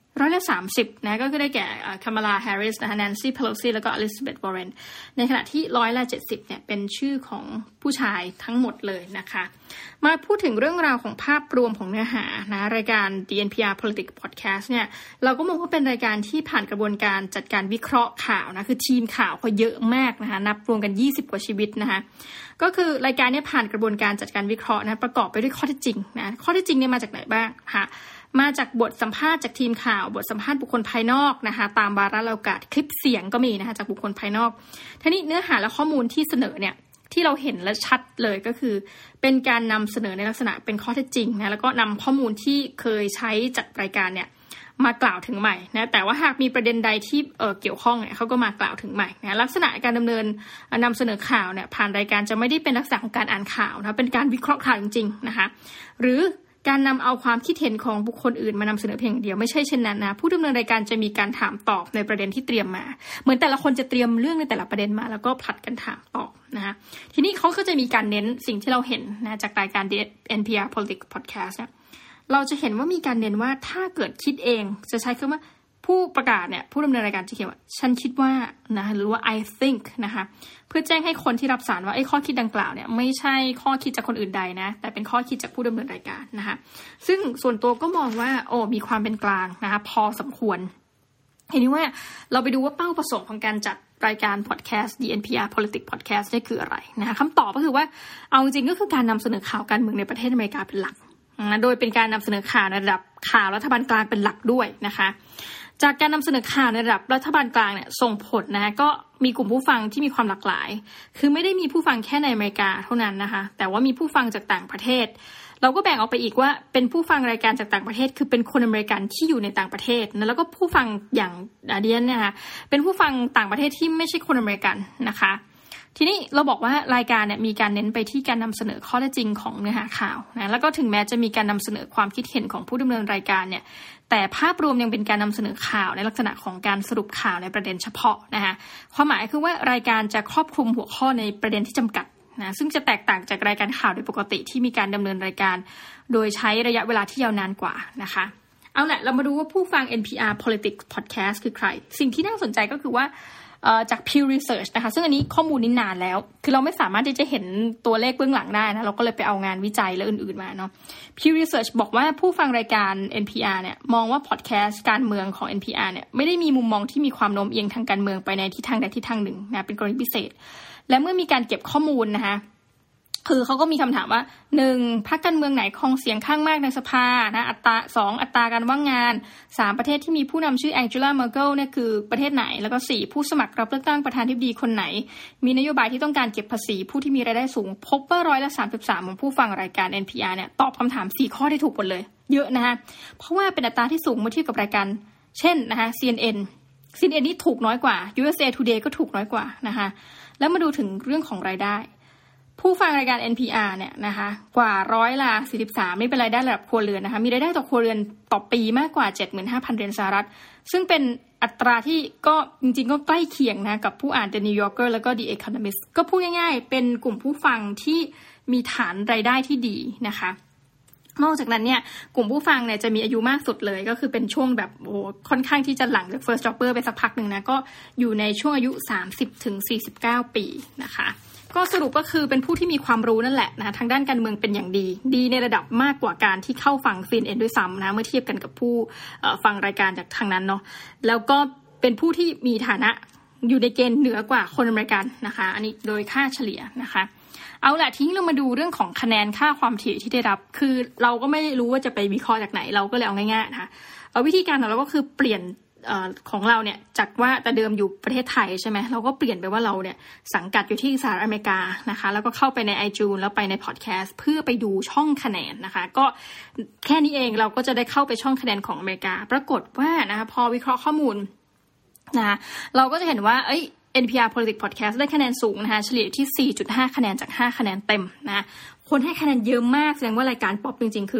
30%นะก็ได้แก่คามาลาแฮร์ริสนะคะแนนซี่เพโลซีแล้วก็อลิซาเบธวอร์เรนในขณะที่70%เนี่ยเป็นชื่อของผู้ชายทั้งหมดเลยนะคะมาพูดถึงเรื่องราวของภาพรวมของเนื้อหานะรายการ The NPR Politics Podcast เนี่ยเราก็มองว่าเป็นรายการที่ผ่านกระบวนการจัดการวิเคราะห์ข่าวนะคือทีมข่าวเขาเยอะมากนะคะนับรวมกัน20กว่าชีวิตนะคะก็คือรายการนี้ผ่านกระบวนการจัดการวิเคราะห์นะประกอบไปด้วยข้อเท็จจริงนะข้อเท็จจริงเนี่ยมาจากไหนบ้างค่ะมาจากบทสัมภาษณ์จากทีมข่าวบทสัมภาษณ์บุคคลภายนอกนะคะตามวาระโอกาสคลิปเสียงก็มีนะคะจากบุคคลภายนอกทีนี้เนื้อหาและข้อมูลที่เสนอเนี่ยที่เราเห็นและชัดเลยก็คือเป็นการนำเสนอในลักษณะเป็นข้อเท็จจริงนะแล้วก็นำข้อมูลที่เคยใช้จัดรายการเนี่ยมากล่าวถึงใหม่นะแต่ว่าหากมีประเด็นใดที่เกี่ยวข้องเนี่ยเขาก็มากล่าวถึงใหม่นะลักษณะการดำเนินนำเสนอข่าวเนี่ยผ่านรายการจะไม่ได้เป็นลักษณะของการอ่านข่าวนะเป็นการวิเคราะห์ข่าวจริงๆนะคะหรือการนำเอาความคิดเห็นของบุคคลอื่นมานำเสนอเพียงเดียวไม่ใช่เช่นนั้นนะผู้ดำเนินรายการจะมีการถามตอบในประเด็นที่เตรียมมาเหมือนแต่ละคนจะเตรียมเรื่องในแต่ละประเด็นมาแล้วก็ผลัดกันถามตอบนะคะทีนี้เขาก็จะมีการเน้นสิ่งที่เราเห็นนะจากรายการ NPR Politics Podcast เนี่ยเราจะเห็นว่ามีการเน้นว่าถ้าเกิดคิดเองจะใช้คำว่าผู้ประกาศเนี่ยผู้ดำเนินรายการจะเขียนว่าฉันคิดว่านะหรือว่า I think นะคะเพื่อแจ้งให้คนที่รับสารว่าข้อคิดดังกล่าวเนี่ยไม่ใช่ข้อคิดจากคนอื่นใดนะแต่เป็นข้อคิดจากผู้ดำเนินรายการนะคะซึ่งส่วนตัวก็มองว่ามีความเป็นกลางนะคะพอสมควรทีนี้ว่าเราไปดูว่าเป้าประสงค์ของการจัดรายการ podcast The NPR Politics Podcast นี่คืออะไรนะคะคำตอบก็คือว่าเอาจริงก็คือการนำเสนอข่าวการเมืองในประเทศอเมริกาเป็นหลักโดยเป็นการนำเสนอข่าวในระดับข่าวรัฐบาลกลางเป็นหลักด้วยนะคะจากการนำเสนอข่าวในระดับรัฐบาลกลางเนี่ยส่งผลนะก็มีกลุ่มผู้ฟังที่มีความหลากหลายคือไม่ได้มีผู้ฟังแค่ในอเมริกาเท่านั้นนะคะแต่ว่ามีผู้ฟังจากต่างประเทศเราก็แบ่งออกไปอีกว่าเป็นผู้ฟังรายการจากต่างประเทศคือเป็นคนอเมริกันที่อยู่ในต่างประเทศนะแล้วก็ผู้ฟังอย่างเดียนนะคะเป็นผู้ฟังต่างประเทศที่ไม่ใช่คนอเมริกันนะคะทีนี้เราบอกว่ารายการเนี่ยมีการเน้นไปที่การนำเสนอข้อเท็จจริงของเนื้อหาข่าวนะแล้วก็ถึงแม้จะมีการนำเสนอความคิดเห็นของผู้ดำเนินรายการเนี่ยแต่ภาพรวมยังเป็นการนำเสนอข่าวในลักษณะของการสรุปข่าวในประเด็นเฉพาะนะคะความหมายคือว่ารายการจะครอบคลุมหัวข้อในประเด็นที่จำกัดนะซึ่งจะแตกต่างจากรายการข่าวโดยปกติที่มีการดำเนินรายการโดยใช้ระยะเวลาที่ยาวนานกว่านะคะเอาแหละเรามาดูว่าผู้ฟัง NPR Politics Podcast คือใครสิ่งที่น่าสนใจก็คือว่าจาก Pew Research นะคะซึ่งอันนี้ข้อมูลนี้นานแล้วคือเราไม่สามารถที่จะเห็นตัวเลขเบื้องหลังได้นะเราก็เลยไปเอางานวิจัยและอื่นๆมาเนาะ Pew Research บอกว่าผู้ฟังรายการ NPR เนี่ยมองว่าพอดแคสต์การเมืองของ NPR เนี่ยไม่ได้มีมุมมองที่มีความโน้มเอียงทางการเมืองไปในทิศทางใดทิศทางหนึ่งนะเป็นกรณีพิเศษและเมื่อมีการเก็บข้อมูลนะคะคือเขาก็มีคำถามว่า1พรรคการเมืองไหนครองเสียงข้างมากในสภานะอัตรา2อัตราการว่างงาน3ประเทศที่มีผู้นำชื่อแองเจล่า เมอร์เคิลเนี่ยคือประเทศไหนแล้วก็4ผู้สมัครรับเลือกตั้งประธานาธิบดีคนไหนมีนโยบายที่ต้องการเก็บภาษีผู้ที่มีรายได้สูงพบว่า33%ของผู้ฟังรายการ NPR เนี่ยตอบคำถาม4ข้อได้ถูกหมดเลยเยอะนะคะเพราะว่าเป็นอัตราที่สูงเมื่อเทียบกับรายการเช่นนะคะ CNN นี่ถูกน้อยกว่า USA Today ก็ถูกน้อยกว่านะคะแล้วมาดูถึงเรื่องของรายได้ผู้ฟังรายการ NPR เนี่ยนะคะกว่า43%นี่เป็นรายได้ระดับครัวเรือนนะคะมีรายได้ต่อครัวเรือนต่อปีมากกว่า 75,000 เหรียญสหรัฐซึ่งเป็นอัตราที่ก็จริงๆก็ใกล้เคียงนะกับผู้อ่าน The New Yorker แล้วก็ The Economist ก็พูดง่ายๆเป็นกลุ่มผู้ฟังที่มีฐานรายได้ที่ดีนะคะนอกจากนั้นเนี่ยกลุ่มผู้ฟังเนี่ยจะมีอายุมากสุดเลยก็คือเป็นช่วงแบบโอ้ค่อนข้างที่จะหลังจาก First Jobber ไปสักพักนึงนะก็อยู่ในช่วงอายุ 30-49 ปีนะคะก็สรุปก็คือเป็นผู้ที่มีความรู้นั่นแหละนะทางด้านการเมืองเป็นอย่างดีในระดับมากกว่าการที่เข้าฟัง CNN ด้วยซ้ำนะเมื่อเทียบกันกับผู้ฟังรายการจากทางนั้นเนาะแล้วก็เป็นผู้ที่มีฐานะอยู่ในเกณฑ์เหนือกว่าคนอเมริกันนะคะอันนี้โดยค่าเฉลี่ยนะคะเอาล่ะทิ้งเรามาดูเรื่องของคะแนนค่าความถี่ที่ได้รับคือเราก็ไม่รู้ว่าจะไปวิเคราะห์จากไหนเราก็เลยเอาง่ายๆนะคะวิธีการของเราก็คือเปลี่ยนของเราเนี่ยจากว่าแต่เดิมอยู่ประเทศไทยใช่ไหมเราก็เปลี่ยนไปว่าเราเนี่ยสังกัดอยู่ที่สหรัฐอเมริกานะคะแล้วก็เข้าไปใน iTunes แล้วไปในพอดแคสต์เพื่อไปดูช่องคะแนนนะคะก็แค่นี้เองเราก็จะได้เข้าไปช่องคะแนนของอเมริกาปรากฏว่านะคะพอวิเคราะห์ข้อมูลนะคะเราก็จะเห็นว่าNPR Politics Podcast ได้คะแนนสูงนะคะเฉลี่ยที่ 4.5 คะแนนจาก5คะแนนเต็มนะคนให้คะแนนเยอะมากแสดงว่ารายการป๊อปจริงๆคือ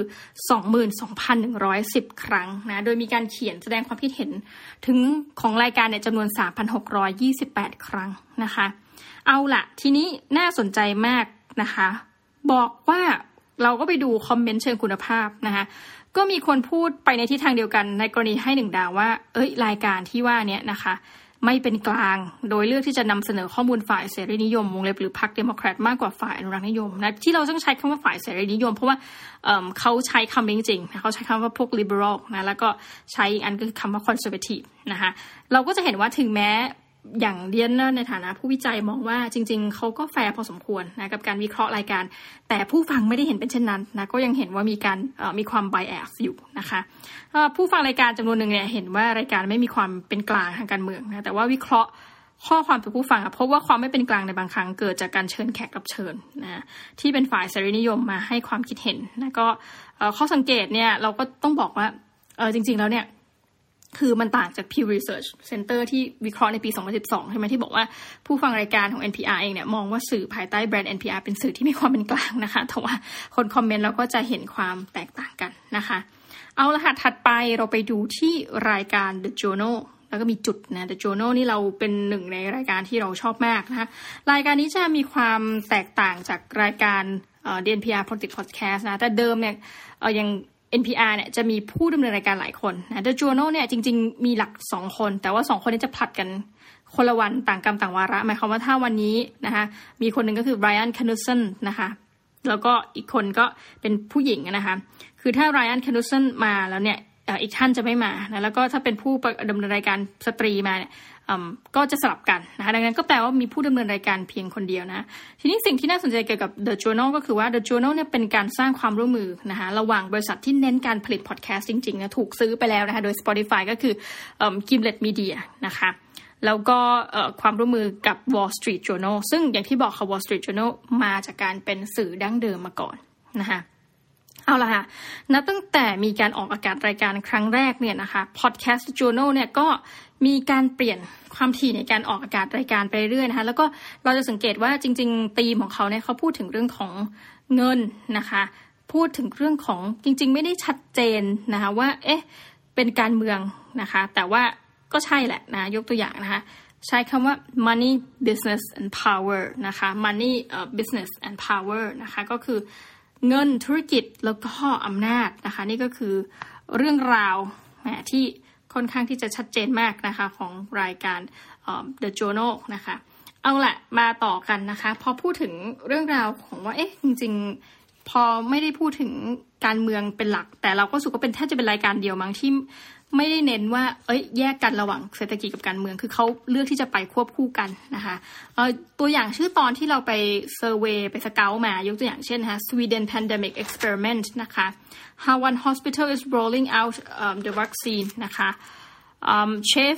22,110 ครั้งนะโดยมีการเขียนแสดงความคิดเห็นถึงของรายการเนี่ยจำนวน 3,628 ครั้งนะคะเอาล่ะทีนี้น่าสนใจมากนะคะบอกว่าเราก็ไปดูคอมเมนต์เชิงคุณภาพนะคะก็มีคนพูดไปในทิศทางเดียวกันในกรณีให้1 ดาวว่ารายการที่ว่านี้นะคะไม่เป็นกลางโดยเลือกที่จะนำเสนอข้อมูลฝ่ายเสรีนิยมวงเล็บหรือพรรคเดโมแครตมากกว่าฝ่ายอนุรักษ์นิยมนะที่เราต้องใช้คำว่าฝ่ายเสรีนิยมเพราะว่าเขาใช้คำจริงๆเขาใช้คำว่าพวก liberal นะแล้วก็ใช้อีกอันก็คือคำว่า conservative นะคะเราก็จะเห็นว่าถึงแม้อย่างเดียนในฐานะผู้วิจัยมองว่าจริงๆเขาก็แฟร์พอสมควรนะกับการวิเคราะห์รายการแต่ผู้ฟังไม่ได้เห็นเป็นเช่นนั้นนะก็ยังเห็นว่ามีความ bias อยู่นะคะผู้ฟังรายการจำนวนหนึ่งเนี่ยเห็นว่ารายการไม่มีความเป็นกลางทางการเมืองนะแต่ว่าวิเคราะห์ข้อความจากผู้ฟังพบว่าความไม่เป็นกลางในบางครั้งเกิดจากการเชิญแขกรับเชิญนะที่เป็นฝ่ายเสรีนิยมมาให้ความคิดเห็นนะก็ข้อสังเกตเนี่ยเราก็ต้องบอกว่าจริงๆแล้วเนี่ยคือมันต่างจาก Pew Research Center ที่วิเคราะห์ในปี 2012 ใช่ไหมที่บอกว่าผู้ฟังรายการของ NPR เองเนี่ยมองว่าสื่อภายใต้แบรนด์ NPR เป็นสื่อที่มีความเป็นกลางนะคะแต่ว่าคนคอมเมนต์เราก็จะเห็นความแตกต่างกันนะคะเอาละค่ะถัดไปเราไปดูที่รายการ The Journal แล้วก็มีจุดนะ The Journal นี่เราเป็นหนึ่งในรายการที่เราชอบมากนะคะรายการนี้จะมีความแตกต่างจากรายการNPR Politics Podcast นะแต่เดิมเนี่ยยังNPR เนี่ยจะมีผู้ดำเนินรายการหลายคนนะ The Journal เนี่ยจริงๆมีหลัก2คนแต่ว่า2คนนี้จะผลัดกันคนละวันต่างกรรมต่างวาระหมายความว่าถ้าวันนี้นะคะมีคนหนึ่งก็คือ Ryan Knudsen นะคะแล้วก็อีกคนก็เป็นผู้หญิงนะคะคือถ้า Ryan Knudsen มาแล้วเนี่ยอีกท่านจะไม่มานะแล้วก็ถ้าเป็นผู้ดำเนินรายการสตรีมาเนี่ยก็จะสลับกันนะคะดังนั้นก็แปลว่ามีผู้ดำเนินรายการเพียงคนเดียวนะทีนี้สิ่งที่น่าสนใจเกี่ยวกับ The Journal ก็คือว่า The Journal เนี่ยเป็นการสร้างความร่วมมือนะคะระหว่างบริษัทที่เน้นการผลิตพอดแคสต์จริงๆนะถูกซื้อไปแล้วนะคะโดย Spotify ก็คือGimlet Media นะคะแล้วก็ความร่วมมือกับ Wall Street Journal ซึ่งอย่างที่บอกค่ะ Wall Street Journal มาจากการเป็นสื่อดั้งเดิมมาก่อนนะคะเอาล่ะค่ะนับตั้งแต่มีการออกอากาศรายการครั้งแรกเนี่ยนะคะ Podcast Journal เนี่ยก็มีการเปลี่ยนความถี่ในการออกอากาศรายการไปเรื่อยๆนะคะแล้วก็เราจะสังเกตว่าจริงๆธีมของเขาเนี่ยเขาพูดถึงเรื่องของเงินนะคะพูดถึงเรื่องของจริงๆไม่ได้ชัดเจนนะคะว่าเป็นการเมืองนะคะแต่ว่าก็ใช่แหละนะยกตัวอย่างนะคะใช้คำว่า money business and power นะคะ money business and power นะคะก็คือเงินธุรกิจแล้วก็อำนาจนะคะนี่ก็คือเรื่องราวที่ค่อนข้างที่จะชัดเจนมากนะคะของรายการThe Journal นะคะเอาละมาต่อกันนะคะพอพูดถึงเรื่องราวของว่าจริงๆพอไม่ได้พูดถึงการเมืองเป็นหลักแต่เราก็รู้สึกว่าเป็นแทบจะเป็นรายการเดียวมั้งที่ไม่ได้เน้นว่าแยกกันระหว่างเศรษฐกิจกับการเมืองคือเขาเลือกที่จะไปควบคู่กันนะคะตัวอย่างชื่อตอนที่เราไปเซอร์เวย์ไปสเกาต์มายกตัวอย่างเช่นนะคะ Sweden Pandemic Experiment นะคะ How one hospital is rolling out the vaccine นะคะ Chef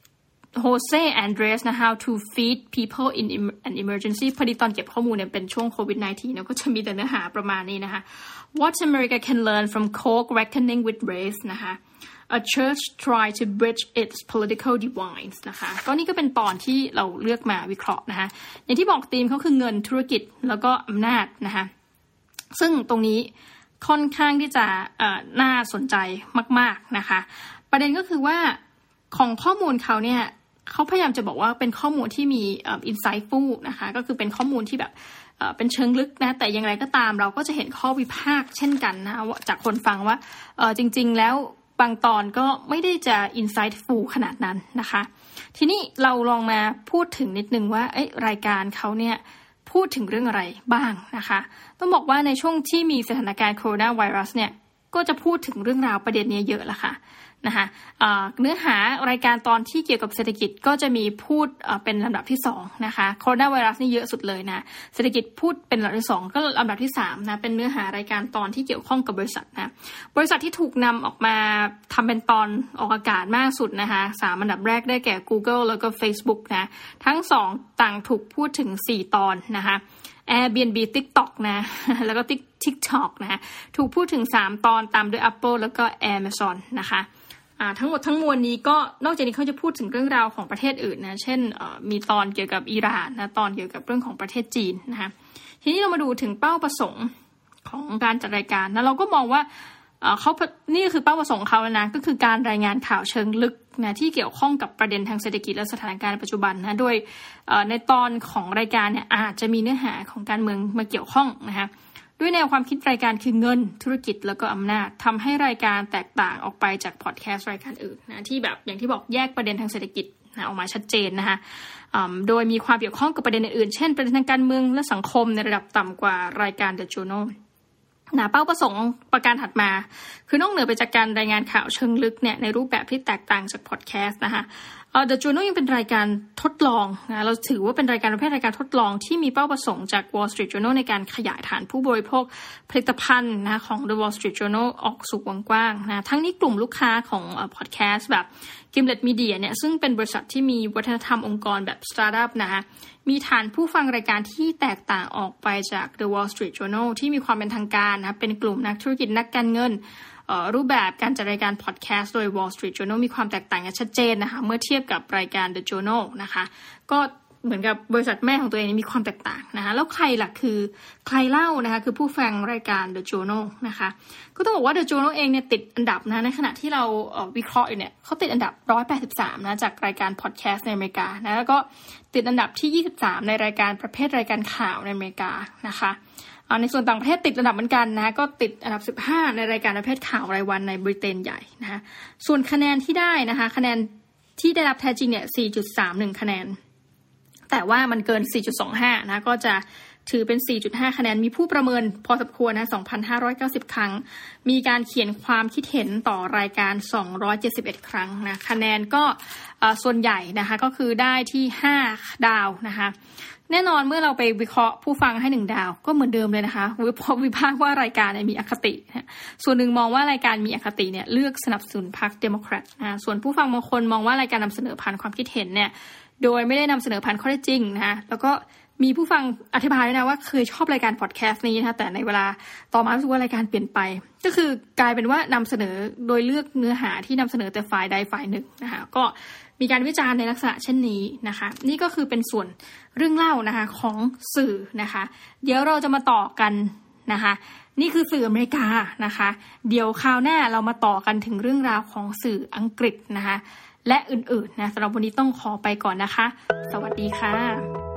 Jose Andres นะ How to feed people in an emergency พอดีตอนเก็บข้อมูลเนี่ยเป็นช่วงโควิด -19 แล้วก็จะมีแต่เนื้อหาประมาณนี้นะคะ What America can learn from Coke reckoning with race นะคะ A church try to bridge its political divides นะคะก็นี่ก็เป็นตอนที่เราเลือกมาวิเคราะห์นะคะอย่างที่บอกธีมเขาคือเงินธุรกิจแล้วก็อำนาจนะคะซึ่งตรงนี้ค่อนข้างที่จะน่าสนใจมากๆนะคะประเด็นก็คือว่าของข้อมูลเขาเนี่ยเขาพยายามจะบอกว่าเป็นข้อมูลที่มีinsightful นะคะก็คือเป็นข้อมูลที่แบบเป็นเชิงลึกนะแต่อย่างไรก็ตามเราก็จะเห็นข้อวิพากษ์เช่นกันนะจากคนฟังว่าจริงๆแล้วบางตอนก็ไม่ได้จะ insightful ขนาดนั้นนะคะทีนี้เราลองมาพูดถึงนิดนึงว่ารายการเขาเนี่ยพูดถึงเรื่องอะไรบ้างนะคะต้องบอกว่าในช่วงที่มีสถานการณ์โคโรนาไวรัสเนี่ยก็จะพูดถึงเรื่องราวประเด็นนี้เยอะละค่ะนะคะเนื้อหารายการตอนที่เกี่ยวกับเศรษฐกิจก็จะมีพูดเป็นลำดับที่2นะคะโคโรนาไวรัสนี่เยอะสุดเลยนะเศรษฐกิจพูดเป็นลำดับที่2ก็ลำดับที่3นะเป็นเนื้อหารายการตอนที่เกี่ยวข้องกับบริษัทนะบริษัทที่ถูกนำออกมาทำเป็นตอนออกอากาศมากสุดนะคะ3อันดับแรกได้แก่ Google แล้วก็ Facebook นะทั้ง2ต่างถูกพูดถึง4ตอนนะคะ Airbnb TikTok นะแล้วก็ TikTok นะถูกพูดถึง3ตอนตามด้วย Apple แล้วก็ Amazon นะคะทั้งหมดทั้งมวลนี้ก็นอกจากนี้เขาจะพูดถึงเรื่องราวของประเทศอื่นนะเช่นมีตอนเกี่ยวกับอิหร่านนะตอนเกี่ยวกับเรื่องของประเทศจีนนะคะทีนี้เรามาดูถึงเป้าประสงค์ของการจัดรายการนะเราก็มองว่านี่คือเป้าประสงค์เขาแล้วนะก็คือการรายงานข่าวเชิงลึกนะที่เกี่ยวข้องกับประเด็นทางเศรษฐกิจและสถานการณ์ปัจจุบันนะโดยในตอนของรายการเนี่ยอาจจะมีเนื้อหาของการเมืองมาเกี่ยวข้องนะคะด้วยแนวความคิดรายการคือเงินธุรกิจแล้วก็อำนาจทำให้รายการแตกต่างออกไปจากพอดแคสต์รายการอื่นนะที่แบบอย่างที่บอกแยกประเด็นทางเศรษฐกิจนะออกมาชัดเจนนะคะโดยมีความเกี่ยวข้องกับประเด็นอื่นๆเช่นประเด็นทางการเมืองและสังคมในระดับต่ำกว่ารายการ The Journal นะเป้าประสงค์ประการถัดมาคือนอกเหนือไปจากการรายงานข่าวเชิงลึกเนี่ยในรูปแบบที่แตกต่างจากพอดแคสต์นะคะThe Journal ยังเป็นรายการทดลองนะเราถือว่าเป็นรายการประเภทรายการทดลองที่มีเป้าประสงค์จาก Wall Street Journal ในการขยายฐานผู้บริโภคผลิตภัณฑ์นะของ The Wall Street Journal ออกสู่วงกว้างนะทั้งนี้กลุ่มลูกค้าของพอดแคสต์แบบ Gimlet Media เนี่ยซึ่งเป็นบริษัทที่มีวัฒนธรรมองค์กรแบบสตาร์ทอัพนะคะมีฐานผู้ฟังรายการที่แตกต่างออกไปจาก The Wall Street Journal ที่มีความเป็นทางการนะเป็นกลุ่มนักธุรกิจนักการเงินรูปแบบการจัดรายการพอดแคสต์โดย Wall Street Journal มีความแตกต่างกันชัดเจนนะคะเมื่อเทียบกับรายการ The Journal นะคะก็เหมือนกับบริษัทแม่ของตัวเองมีความแตกต่างนะคะแล้วใครล่ะคือใครเล่านะคะคือผู้ฟังรายการ The Journal นะคะก็ต้องบอกว่า The Journal เองเนี่ยติดอันดับนะในขณะที่เราวิเคราะห์อยู่เนี่ยเขาติดอันดับ183นะจากรายการพอดแคสต์ในอเมริกานะแล้วก็ติดอันดับที่23ในรายการประเภทรายการข่าวในอเมริกานะคะในส่วนต่างประเทศติดอันดับเหมือนกันนะก็ติดอันดับ15ในรายการประเภทข่าวรายวันในบริเตนใหญ่นะคะส่วนคะแนนที่ได้นะคะคะแนนที่ได้รับแท้จริงเนี่ย 4.31 คะแนนแต่ว่ามันเกิน 4.25 นะก็จะถือเป็น 4.5 คะแนนมีผู้ประเมินพอสมควรนะ 2,590 ครั้งมีการเขียนความคิดเห็นต่อรายการ271ครั้งนะคะแนนก็ส่วนใหญ่นะคะก็คือได้ที่5ดาวนะคะแน่นอนเมื่อเราไปวิเคราะห์ผู้ฟังให้1ดาวก็เหมือนเดิมเลยนะคะวิพากษ์ว่ารายการมีอคติส่วนหนึ่งมองว่ารายการมีอคติเนี่ยเลือกสนับสนุนพรรคเดโมแครตนะส่วนผู้ฟังบางคนมองว่ารายการนำเสนอผ่านความคิดเห็นเนี่ยโดยไม่ได้นำเสนอผ่านข้อเท็จจริงนะแล้วก็มีผู้ฟังอธิบายด้วยนะว่าเคยชอบรายการพอดแคสต์นี้นะคะแต่ในเวลาต่อมารู้สึกว่ารายการเปลี่ยนไปก็คือกลายเป็นว่านำเสนอโดยเลือกเนื้อหาที่นำเสนอแต่ฝ่ายใดฝ่ายหนึ่งนะคะก็มีการวิจารณ์ในลักษณะเช่นนี้นะคะนี่ก็คือเป็นส่วนเรื่องเล่านะคะของสื่อนะคะเดี๋ยวเราจะมาต่อกันนะคะนี่คือสื่ออเมริกานะคะเดี๋ยวคราวหน้าเรามาต่อกันถึงเรื่องราวของสื่ออังกฤษนะคะและอื่นๆนะสำหรับวันนี้ต้องขอไปก่อนนะคะสวัสดีค่ะ